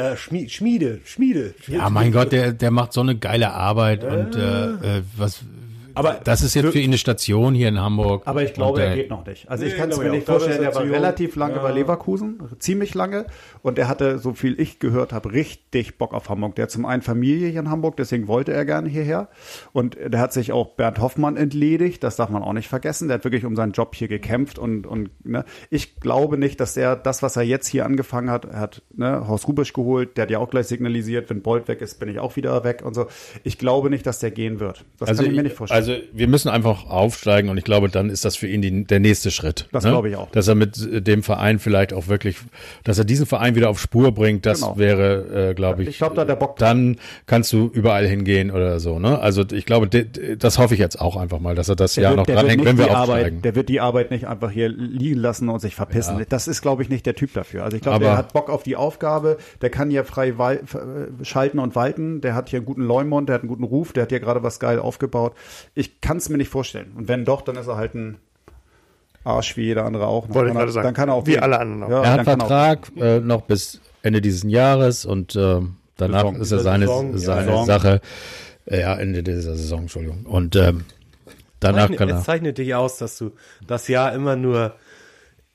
Ja, mein Gott, der macht so eine geile Arbeit und Aber das ist jetzt für ihn eine Station hier in Hamburg. Aber ich glaube, er geht noch nicht. Also ich kann es mir nicht vorstellen, der war relativ lange bei Leverkusen, ziemlich lange. Und er hatte, so viel ich gehört habe, richtig Bock auf Hamburg. Der hat zum einen Familie hier in Hamburg, deswegen wollte er gerne hierher. Und der hat sich auch Bernd Hoffmann entledigt, das darf man auch nicht vergessen. Der hat wirklich um seinen Job hier gekämpft. Und ne, ich glaube nicht, dass er das, was er jetzt hier angefangen hat, er hat Horst Rubisch geholt, der hat ja auch gleich signalisiert, wenn Bold weg ist, bin ich auch wieder weg und so. Ich glaube nicht, dass der gehen wird. Das kann ich mir nicht vorstellen. Also wir müssen einfach aufsteigen und ich glaube, dann ist das für ihn der nächste Schritt. Das glaube ich auch. Dass er mit dem Verein vielleicht auch wirklich, dass er diesen Verein wieder auf Spur bringt, das wäre, glaube ich, glaube, da der Bock. Dann kannst du überall hingehen oder so. Ne? Also ich glaube, das hoffe ich jetzt auch einfach mal, dass er das Jahr noch dranhängt, wenn wir aufsteigen. Der wird die Arbeit nicht einfach hier liegen lassen und sich verpissen. Ja. Das ist, glaube ich, nicht der Typ dafür. Also ich glaube, der hat Bock auf die Aufgabe, der kann hier frei schalten und walten, der hat hier einen guten Leumund, der hat einen guten Ruf, der hat hier gerade was geil aufgebaut. Ich kann es mir nicht vorstellen. Und wenn doch, dann ist er halt ein Arsch wie jeder andere auch. Wollte ich gerade sagen. Dann kann er auch wie alle anderen auch. Ja, er hat Vertrag noch bis Ende dieses Jahres und danach ist er seine Sache. Ja, Ende dieser Saison, Entschuldigung. Und danach kann er. Es zeichnet dich aus, dass du das Jahr immer nur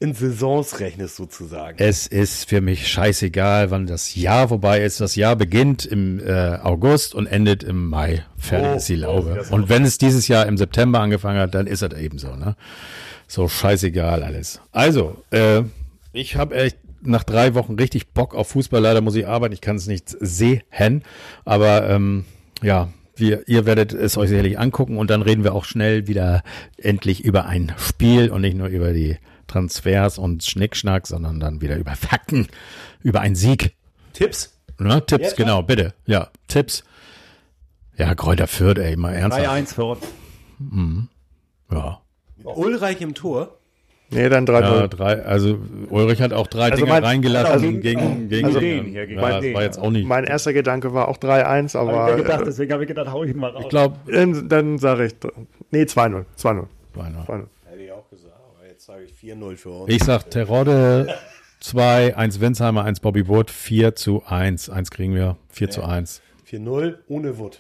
in Saisons rechnest sozusagen. Es ist für mich scheißegal, wann das Jahr vorbei ist. Das Jahr beginnt im August und endet im Mai. Fertig ist die Laube. Und wenn es dieses Jahr im September angefangen hat, dann ist das eben so, ne? So scheißegal alles. Also, ich habe echt nach 3 Wochen richtig Bock auf Fußball. Leider muss ich arbeiten, ich kann es nicht sehen. Aber ja, ihr werdet es euch sicherlich angucken und dann reden wir auch schnell wieder endlich über ein Spiel und nicht nur über die Transfers und Schnickschnack, sondern dann wieder über Fakten, über einen Sieg. Tipps? Ne? Tipps, genau, bitte. Ja, Tipps. Ja, Kräuter Fürth, ey, mal ernsthaft. 3-1 Fürth. Ja. Ulreich im Tor? Nee, dann 3-0. Ja, also Ulrich hat auch 3 Dinger reingelassen gegen den. Gegen Das war jetzt auch nicht. Mein erster Gedanke war auch 3-1, aber Deswegen habe ich gedacht, hau ich ihn mal raus. Ich glaube, dann sage ich, nee, 2-0. 2-0. Hätte ich auch gesagt, aber jetzt sage ich 4-0 für uns. ich sag Terodde 2, 1 Winsheimer, 1 Bobby Wood, 4-1. 1 kriegen wir, 4-1. 4-0 ohne Wood.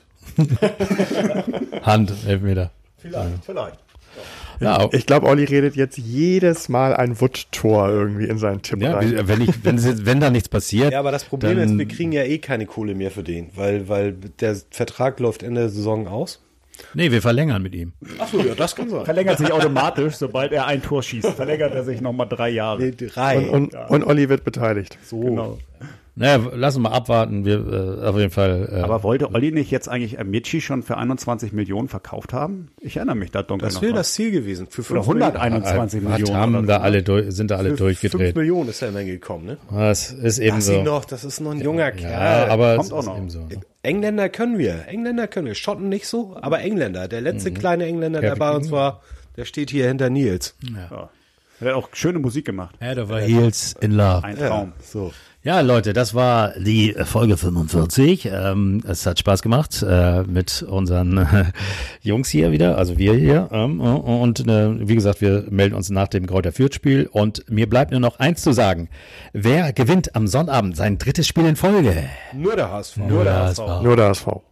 Hand, Elfmeter. Vielleicht. Ja, Ich glaube, Olli redet jetzt jedes Mal ein Wood-Tor irgendwie in seinen Tipp ja, rein. wenn da nichts passiert. Ja, aber das Problem dann, ist, wir kriegen ja eh keine Kohle mehr für den, weil der Vertrag läuft Ende der Saison aus. Nee, wir verlängern mit ihm. Achso, ja, das kann sein. Verlängert sich automatisch, sobald er ein Tor schießt. Verlängert er sich nochmal 3 Jahre. Nee, 3. Und Olli wird beteiligt. so. Genau. Naja, lass uns mal abwarten. Wir auf jeden Fall. Aber wollte Olli nicht jetzt eigentlich Amici schon für 21 Millionen verkauft haben? Ich erinnere mich da dunkel Das noch wäre dran. das Ziel gewesen. Für Oder 121 was Millionen. haben oder da so. alle sind da alle Für 5 durchgedreht. Millionen ist er immerhin gekommen, ne? Das ist eben Lass so. ihn doch, das ist noch ein junger Ja, Kerl. aber es kommt auch ist noch. eben so. Ne? Engländer können wir. Schotten nicht so, aber Engländer. Der letzte kleine Engländer, der bei uns war, der steht hier hinter Nils. Ja. Er hat auch schöne Musik gemacht. Head over Heels in Love. Ein Traum. So. Ja, Leute, das war die Folge 45. Es hat Spaß gemacht mit unseren Jungs hier wieder, also wir hier. Und wie gesagt, wir melden uns nach dem Kräuter Fürth-Spiel. Und mir bleibt nur noch eins zu sagen. Wer gewinnt am Sonnabend sein 3. Spiel in Folge? Nur der HSV. Nur der HSV. Nur der HSV.